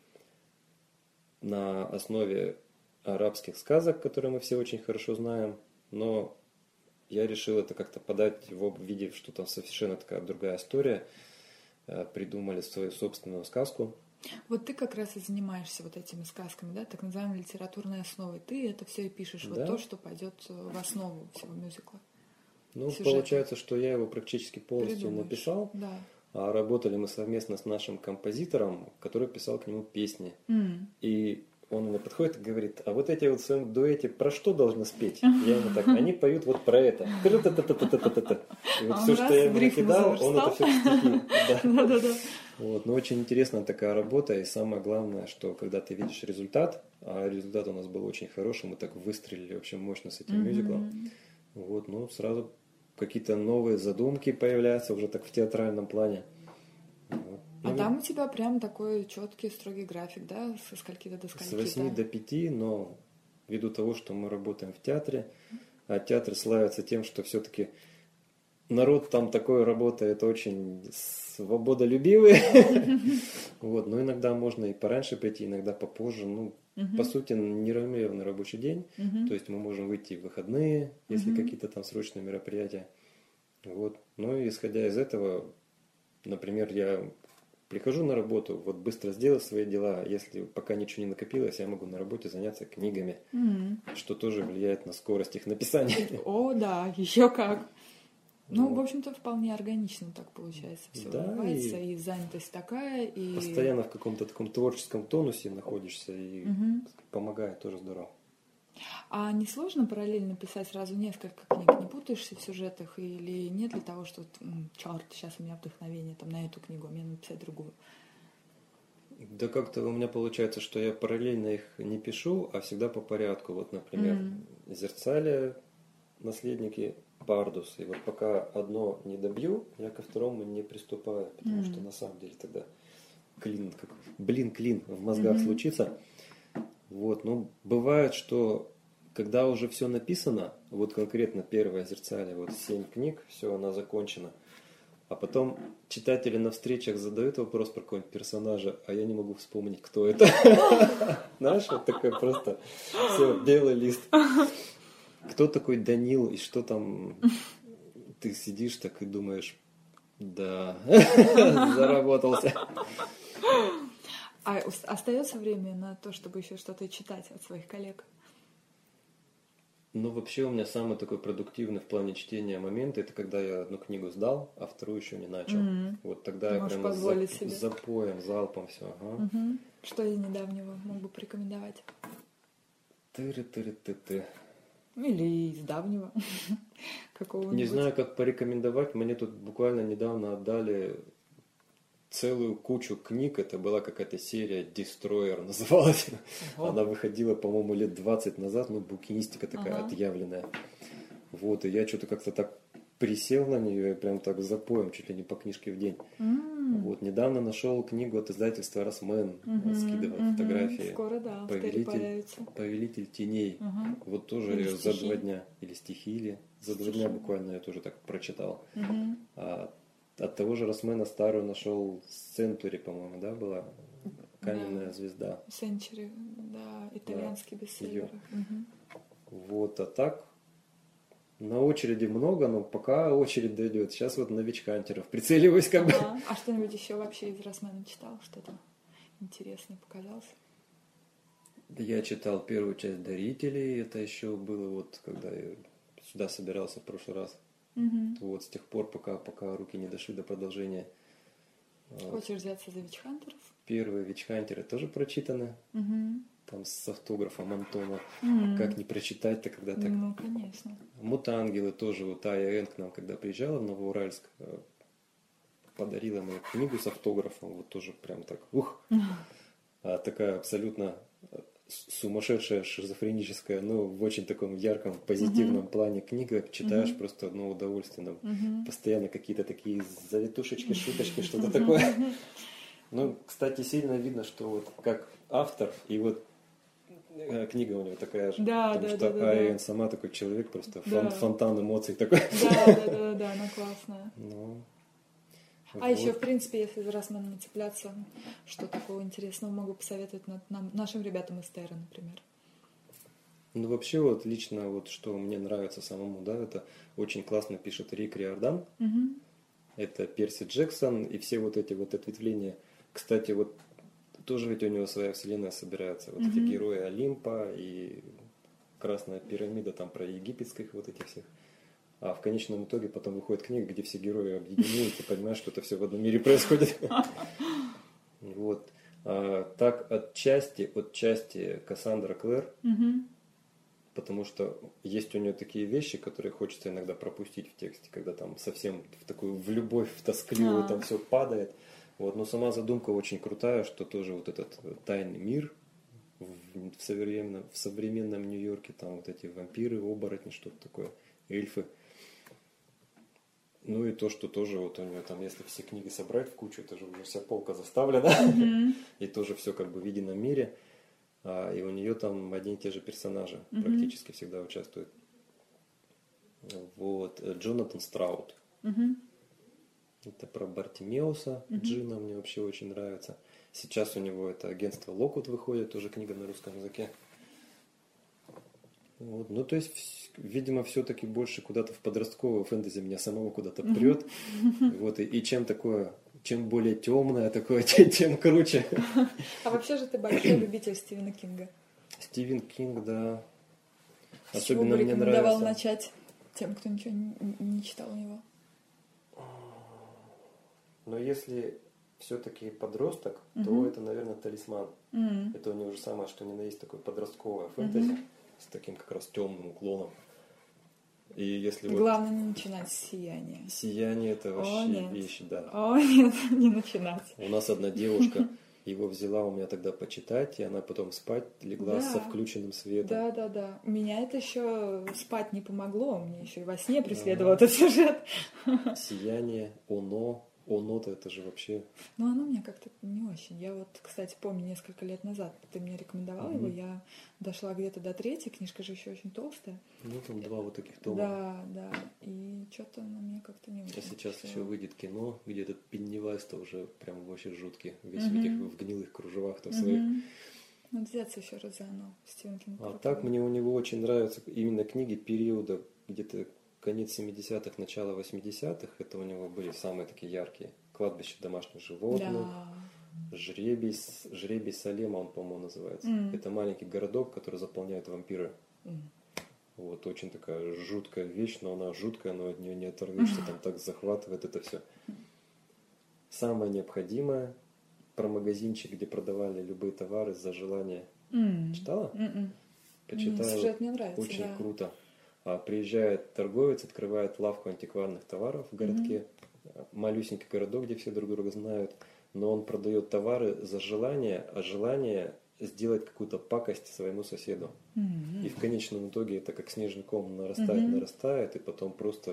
На основе арабских сказок, которые мы все очень хорошо знаем, но я решил это как-то подать в виде, что там совершенно такая другая история. Придумали свою собственную сказку. Вот ты как раз и занимаешься вот этими сказками, да, так называемой литературной основой. Ты это все и пишешь, да. вот то, что пойдет в основу всего мюзикла. Ну, сюжета. Получается, что я его практически полностью Придумаешь. написал. Да. А работали мы совместно с нашим композитором, который писал к нему песни. Mm. И он мне подходит и говорит: а вот эти вот в своем дуэте про что должны спеть? Я ему так: они поют вот про это. И вот все, что я ему накидал, он это все стихи. Да-да-да. Вот, но очень интересная такая работа, и самое главное, что когда ты видишь результат, а результат у нас был очень хороший, мы так выстрелили вообще мощно с этим mm-hmm. мюзиклом, вот, ну сразу какие-то новые задумки появляются уже так в театральном плане. Вот. А ну, там у тебя прям такой четкий, строгий график, да, со скольки-то до скольки? С восьми до пяти, но ввиду того, что мы работаем в театре, а театр славится тем, что все-таки народ там такой работает очень свободолюбивый. Вот, но иногда можно и пораньше прийти, иногда попозже. Ну, uh-huh. по сути, неравномерный рабочий день. Uh-huh. То есть мы можем выйти в выходные, если uh-huh. какие-то там срочные мероприятия. Вот. Ну и исходя из этого, например, я прихожу на работу, вот быстро сделать свои дела. Если пока ничего не накопилось, я могу на работе заняться книгами, uh-huh. что тоже влияет на скорость их написания. О, да, еще как. Ну, вот. В общем-то, вполне органично так получается. Все да, развивается, и... и занятость такая, и... Постоянно в каком-то таком творческом тонусе находишься, и угу. помогает, тоже здорово. А не сложно параллельно писать сразу несколько книг? Не путаешься в сюжетах? Или нет ли того, что, черт, сейчас у меня вдохновение там, на эту книгу, а мне надо написать другую? Да как-то у меня получается, что я параллельно их не пишу, а всегда по порядку. Вот, например, mm-hmm. «Зерцалия», «Наследники», «Пардус». И вот пока одно не добью, я ко второму не приступаю, потому mm-hmm. что на самом деле тогда клин, как, блин, клин в мозгах mm-hmm. случится. Вот, ну, бывает, что когда уже все написано, вот конкретно первая «Зерцалия», вот семь книг, все, она закончена. А потом читатели на встречах задают вопрос про какого-нибудь персонажа, а я не могу вспомнить, кто это. Знаешь, вот такой просто все, белый лист. Кто такой Данил и что там? Ты сидишь так и думаешь, да, заработался. А остается время на то, чтобы еще что-то читать от своих коллег? Ну, вообще у меня самый такой продуктивный в плане чтения момент, это когда я одну книгу сдал, а вторую еще не начал. Mm-hmm. Вот тогда Ты я прямо за, запоем, залпом все. Ага. Mm-hmm. Что из недавнего мог бы порекомендовать? Ты-ты-ты-ты-ты. Или из давнего. Какого-нибудь. Не знаю, как порекомендовать. Мне тут буквально недавно отдали целую кучу книг. Это была какая-то серия Destroyer называлась. Ого. Она выходила, по-моему, лет двадцать назад. Ну, букинистика такая ага. отъявленная. Вот, и я что-то как-то так присел на нее и прям так запоем, чуть ли не по книжке в день. Mm. Вот, недавно нашел книгу от издательства «Росмен», Mm-hmm. скидывал Mm-hmm. фотографии. Скоро, да, Повелитель, «Повелитель теней». Uh-huh. Вот тоже Или ее за стихи. два дня. Или стихи, или за два дня буквально я тоже так прочитал. Uh-huh. А от того же Росмена старую нашел «Сентури», по-моему, да, была? «Каменная Да. звезда». «Сенчури», да, итальянский Да, бестселлер. Угу. Вот, а так на очереди много, но пока очередь дойдет. Сейчас вот на «Вичхантеров» прицеливаюсь как бы. Ага. А что-нибудь еще вообще из Росмена читал? Что-то интересное показалось? Я читал первую часть «Дарителей». Это еще было вот, когда я сюда собирался в прошлый раз. Угу. Вот с тех пор, пока, пока руки не дошли до продолжения. Хочешь взяться за «Вичхантеров»? Первые «Вичхантеры» тоже прочитаны. Угу. Там с автографом Антона. Mm. Как не прочитать-то, когда так... Ну, конечно. «Мутангелы» тоже. Вот Ая Эн к нам, когда приезжала в Новоуральск, подарила мне книгу с автографом. Вот тоже прям так, ух! А такая абсолютно сумасшедшая, шизофреническая, но в очень таком ярком, позитивном uh-huh. плане книга. Читаешь uh-huh. просто одно удовольствие. Там uh-huh. постоянно какие-то такие завитушечки, шуточки, что-то такое. Ну, кстати, сильно видно, что вот как автор, и вот книга у него такая же. Да, потому да, что да, да, Ая Эн да. сама такой человек, просто Да. фон, фонтан эмоций такой. Да, да, да, да, она классная. Ну, а вот. еще, в принципе, если за Росмена нацепляться, что такого интересного могу посоветовать на- нам, нашим ребятам из Терры, например. Ну, вообще, вот лично, вот что мне нравится самому, да, это очень классно пишет Рик Риордан. Угу. Это Перси Джексон и все вот эти вот ответвления. Кстати, вот тоже ведь у него своя вселенная собирается. Вот Мгм. эти герои Олимпа и Красная пирамида там про египетских вот этих всех. А в конечном итоге потом выходит книга, где все герои объединены, и ты понимаешь, что это все в одном мире происходит. Вот. А, так отчасти, отчасти Кассандра Клэр, Угу. потому что есть у нее такие вещи, которые хочется иногда пропустить в тексте, когда там совсем в такую в любовь, в тоскливую, А. там все падает. Вот, но сама задумка очень крутая, что тоже вот этот тайный мир в, в современном, в современном Нью-Йорке, там вот эти вампиры, оборотни, что-то такое, эльфы. Ну и то, что тоже вот у нее там, если все книги собрать в кучу, это же уже вся полка заставлена, Мгм. и тоже все как бы в виденном мире. А, и у нее там одни и те же персонажи Мгм. практически всегда участвуют. Вот. э, Джонатан Страут. Угу. Это про Бартимеуса. Мгм. Джина мне вообще очень нравится. Сейчас у него это агентство Локвуд выходит, тоже книга на русском языке. Вот. Ну, то есть, вс- видимо, все-таки больше куда-то в подростковое фэнтези меня самого куда-то прет. Вот. И, и чем такое, чем более темное такое, тем, тем круче. А вообще же ты большой любитель Стивена Кинга. Стивен Кинг, да. С чего бы Особенно мне рекомендовал нравится. начать тем, кто ничего не, не читал у него? Но если все-таки подросток, то Мгм. это, наверное, «Талисман». М. Это у него же самое, что ни на есть такое подростковое фэнтези Мгм. с таким как раз темным уклоном. И если вот Главное не начинать с сияния. «Сияние» это О, вообще нет. вещь, да. О, нет, не начинать. У нас одна девушка его взяла у меня тогда почитать, и она потом спать легла Да. со включенным светом. Да, да, да. Меня это еще спать не помогло, мне еще и во сне преследовал этот сюжет. «Сияние», «Оно». «Оно»-то это же вообще... Но оно мне как-то не очень. Я вот, кстати, помню, несколько лет назад ты мне рекомендовал Мгм. его, я дошла где-то до третьей, книжка же еще очень толстая. Ну, там два вот таких тома. Да, да. И что-то на меня как-то не очень. А сейчас еще впечатлило. выйдет кино, где этот Пеннивайз-то уже прям вообще жуткий. Весь Мгм. в этих в гнилых кружевах там своих. Мгм. Надо взяться еще раз за оно. Стивен Кинг. А крутой. так мне у него очень нравятся именно книги периода где-то конец семидесятых, начало восьмидесятых. Это у него были самые такие яркие. «Кладбище домашних животных», Да. «Жребий, с- «Жребий Салема», он, по-моему, называется. М. Это маленький городок, который заполняют вампиры. М. Вот, очень такая жуткая вещь, но она жуткая, но от нее не оторвешься, там так захватывает это все. Самое необходимое про магазинчик, где продавали любые товары за желание. М. Читала? М-м. Почитаю. М, Сюжет мне нравится, Очень да. круто. А, приезжает торговец, открывает лавку антикварных товаров в городке. Малюсенький городок, где все друг друга знают. Но он продает товары за желание, а желание сделать какую-то пакость своему соседу. М. И в конечном итоге это как снежный ком нарастает, Мгм. нарастает, и потом просто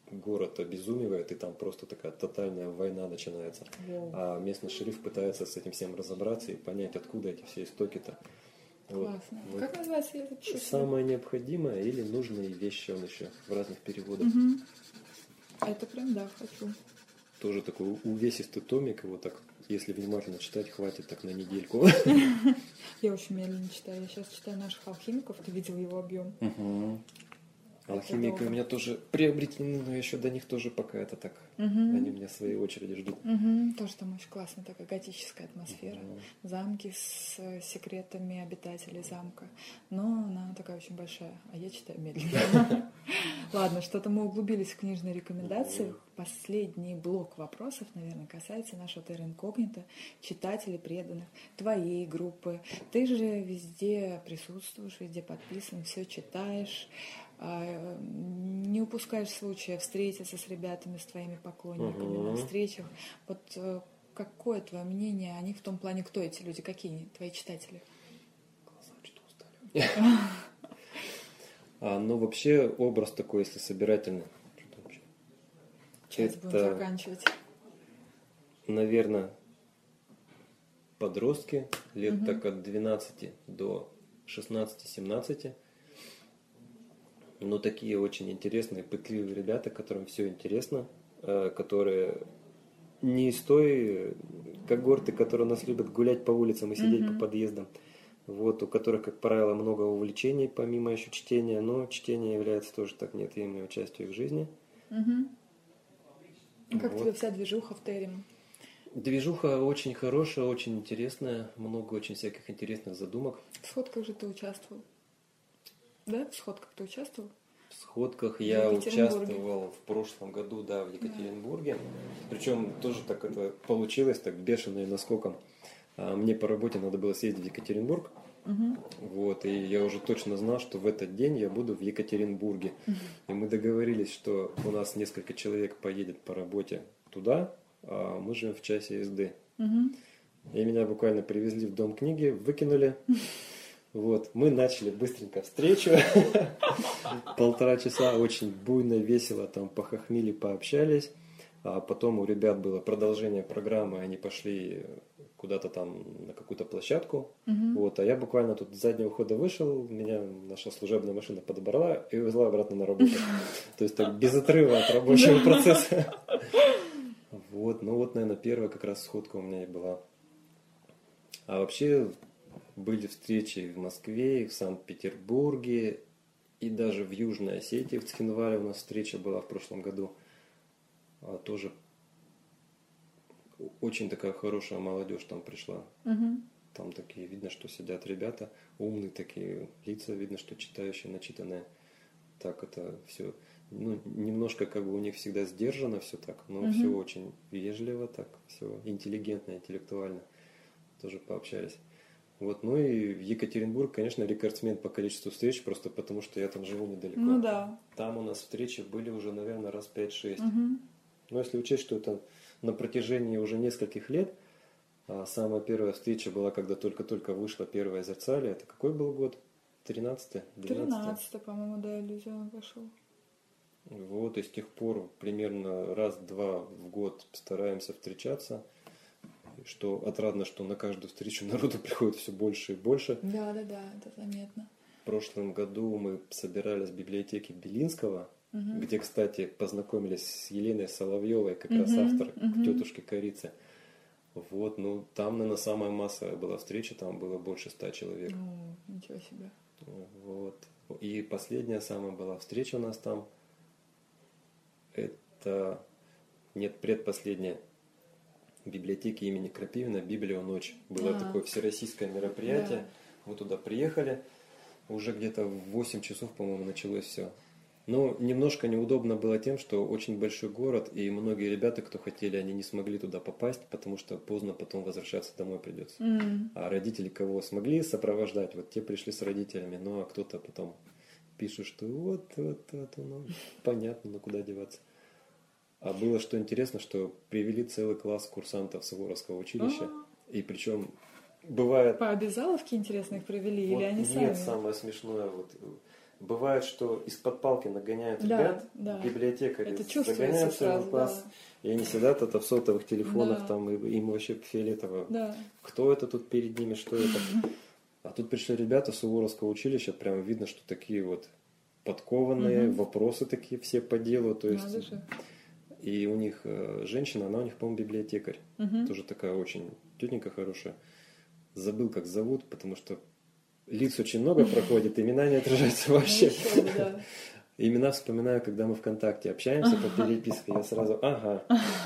город обезумевает, и там просто такая тотальная война начинается. Wow. А местный шериф пытается с этим всем разобраться и понять, откуда эти все истоки-то. Классно. Вот. Как называется этот шериф? Самое необходимое или нужные вещи, он еще в разных переводах. Угу. Это прям, да, хочу. Тоже такой увесистый томик, его так, если внимательно читать, хватит так на недельку. Я очень медленно читаю. Я сейчас читаю наших алхимиков, ты видел его объем. Алхимики у меня тоже приобретены, но еще до них тоже пока это так. Угу. Они меня в своей очереди ждут. Угу. Тоже там очень классная такая готическая атмосфера. Угу. Замки с секретами обитателей замка. Но она такая очень большая, а я читаю медленно. Ладно, что-то мы углубились в книжные рекомендации. Последний блок вопросов, наверное, касается нашего терра инкогнито, читателей преданных, твоей группы. Ты же везде присутствуешь, везде подписан, все читаешь. Не упускаешь случая встретиться с ребятами, с твоими поклонниками uh-huh. на встречах. Вот какое твое мнение о них в том плане, кто эти люди, какие твои читатели? Глаза что устали. Ну, вообще, образ такой, если собирательный. Сейчас будем заканчивать. Наверное, подростки, лет так от двенадцати до шестнадцати-семнадцати. Но такие очень интересные, пытливые ребята, которым все интересно, которые не из той когорты, которые у нас любят гулять по улицам и сидеть mm-hmm. по подъездам, вот, у которых, как правило, много увлечений, помимо еще чтения, но чтение является тоже так неотъемлемой частью их жизни. Mm-hmm. Как вот. тебе вся движуха в Терриме? Движуха очень хорошая, очень интересная, много очень всяких интересных задумок. В сходках же ты участвовал? Да, в сходках ты участвовал? В сходках я участвовал в прошлом году, да, в Екатеринбурге. Да. Причем тоже так это получилось, так бешено и наскоком. А мне по работе надо было съездить в Екатеринбург. Угу. Вот, и я уже точно знал, что в этот день я буду в Екатеринбурге. Угу. И мы договорились, что у нас несколько человек поедет по работе туда, а мы живем в часе езды. Угу. И меня буквально привезли в Дом книги, выкинули. Вот, мы начали быстренько встречу, полтора часа, очень буйно, весело, там похохмили, пообщались, а потом у ребят было продолжение программы, они пошли куда-то там на какую-то площадку, uh-huh. вот, а я буквально тут с заднего хода вышел, меня наша служебная машина подобрала и увезла обратно на работу, то есть так без отрыва от рабочего процесса. Вот, ну вот, наверное, первая как раз сходка у меня и была. А вообще... Были встречи в Москве, и в Санкт-Петербурге, и даже в Южной Осетии, в Цхинвале у нас встреча была в прошлом году. А тоже очень такая хорошая молодежь там пришла. Угу. Там такие, видно, что сидят ребята, умные такие лица, видно, что читающие, начитанные. Так это все, ну, немножко как бы у них всегда сдержано все так, но угу. все очень вежливо так, все интеллигентно, интеллектуально. Тоже пообщались. Вот, ну и в Екатеринбург, конечно, рекордсмен по количеству встреч, просто потому что я там живу недалеко. Ну да. Там у нас встречи были уже, наверное, раз пять-шесть. Угу. Но если учесть, что это на протяжении уже нескольких лет, а самая первая встреча была, когда только-только вышла первая «Зерцалия». Это какой был год? тринадцатый? тринадцатый, по-моему, да, иллюзион вошел. Вот, и с тех пор примерно раз-два в год стараемся встречаться. Что отрадно, что на каждую встречу народу приходит все больше и больше. Да, да, да, это заметно. В прошлом году мы собирались в библиотеке Белинского, угу. где, кстати, познакомились с Еленой Соловьевой, как угу, раз автор угу. «Тетушки Корицы». Вот, ну там, наверное, самая массовая была встреча, там было больше ста человек. О, ничего себе. Вот. И последняя самая была встреча у нас там. Это, нет, предпоследняя. В библиотеке имени Крапивина «Библия ночь». Было а, такое всероссийское мероприятие. Да. Мы туда приехали. Уже где-то в восемь часов, по-моему, началось все. Но немножко неудобно было тем, что очень большой город, и многие ребята, кто хотели, они не смогли туда попасть, потому что поздно потом возвращаться домой придется. Mm. А родители, кого смогли сопровождать, вот те пришли с родителями. Ну, а кто-то потом пишет, что вот, вот, вот, ну, понятно, ну куда деваться. А было что интересно, что привели целый класс курсантов Суворовского училища. А-а-а. И причем бывает... По обязаловке, интересно, их привели вот или они нет, сами? Нет, самое смешное, вот бывает, что из-под палки нагоняют Да, ребят, да. библиотекари Это чувствуется загоняют в сразу, класс, да. и они сидят это в сотовых телефонах, Да. там, и им вообще фиолетово. Да. Кто это тут перед ними, что это? А тут пришли ребята с Суворовского училища, прямо видно, что такие вот подкованные, Мгм. вопросы такие все по делу, то есть... Надо же. И у них э, женщина, она у них, по-моему, библиотекарь. Мгм. Тоже такая очень тетенька хорошая. Забыл, как зовут, потому что лиц очень много проходит, имена не отражаются Ну, вообще. еще бы, да. Имена вспоминаю, когда мы ВКонтакте общаемся по переписке, я сразу, ага.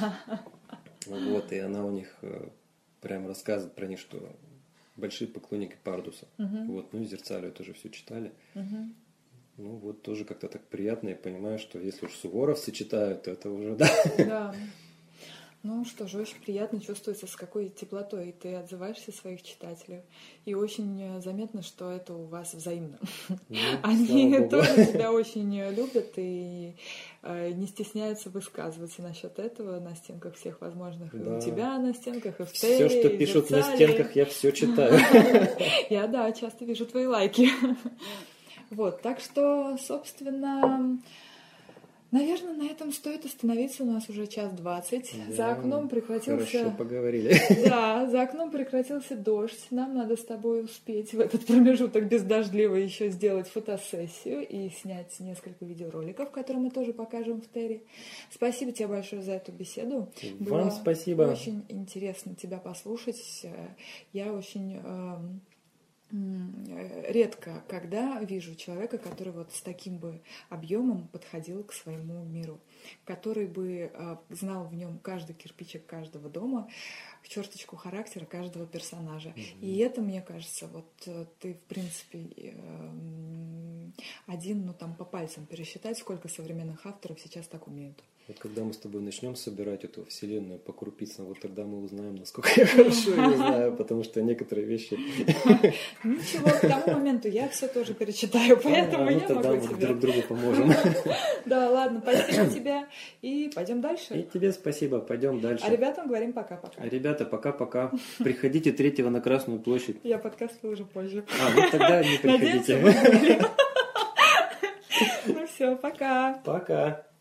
Вот, и она у них э, прям рассказывает про них, что большие поклонники Пардуса. Мгм. Вот, ну и Зерцалию тоже все читали. Мгм. Ну вот тоже как-то так приятно, я понимаю, что если уж суворовцы читают, то это уже, да. Да. Ну что же, очень приятно чувствуется, с какой теплотой ты отзываешься о своих читателей. И очень э, заметно, что это у вас взаимно. Ну, Они слава богу. тоже тебя очень э, любят и э, не стесняются высказываться насчет этого на стенках всех возможных. И Да. у тебя на стенках, и в Все, Терри, что и в пишут на Зерцале. стенках, я все читаю. Я, да, часто вижу твои лайки. Вот, так что, собственно, наверное, на этом стоит остановиться. У нас уже час двадцать. За Да, окном Хорошо прекратился... поговорили. Да, за окном прекратился дождь. Нам надо с тобой успеть в этот промежуток бездождливый еще сделать фотосессию и снять несколько видеороликов, которые мы тоже покажем в Терри. Спасибо тебе большое за эту беседу. Вам Было спасибо. очень интересно тебя послушать. Я очень... эм, м, э, редко когда вижу человека, который вот с таким бы объемом подходил к своему миру, который бы э, знал в нем каждый кирпичик каждого дома, черточку характера каждого персонажа. И это, мне кажется, вот э, ты, в принципе, э, м, один, ну там по пальцам пересчитать, сколько современных авторов сейчас так умеют. Вот когда мы с тобой начнем собирать эту вселенную по крупицам, вот тогда мы узнаем, насколько я хорошо ее знаю, потому что некоторые вещи... Ничего, к тому моменту я все тоже перечитаю, поэтому А, ну я тогда могу мы тебе... друг другу поможем. Да, ладно, спасибо тебе, и пойдем И дальше. тебе спасибо, пойдем дальше. А ребятам говорим пока-пока. А, ребята, пока-пока. Приходите третьего на Красную площадь. Я подкаст выложу позже. А, ну тогда не Надеемся, приходите. мы говорим. Ну все, пока. Пока.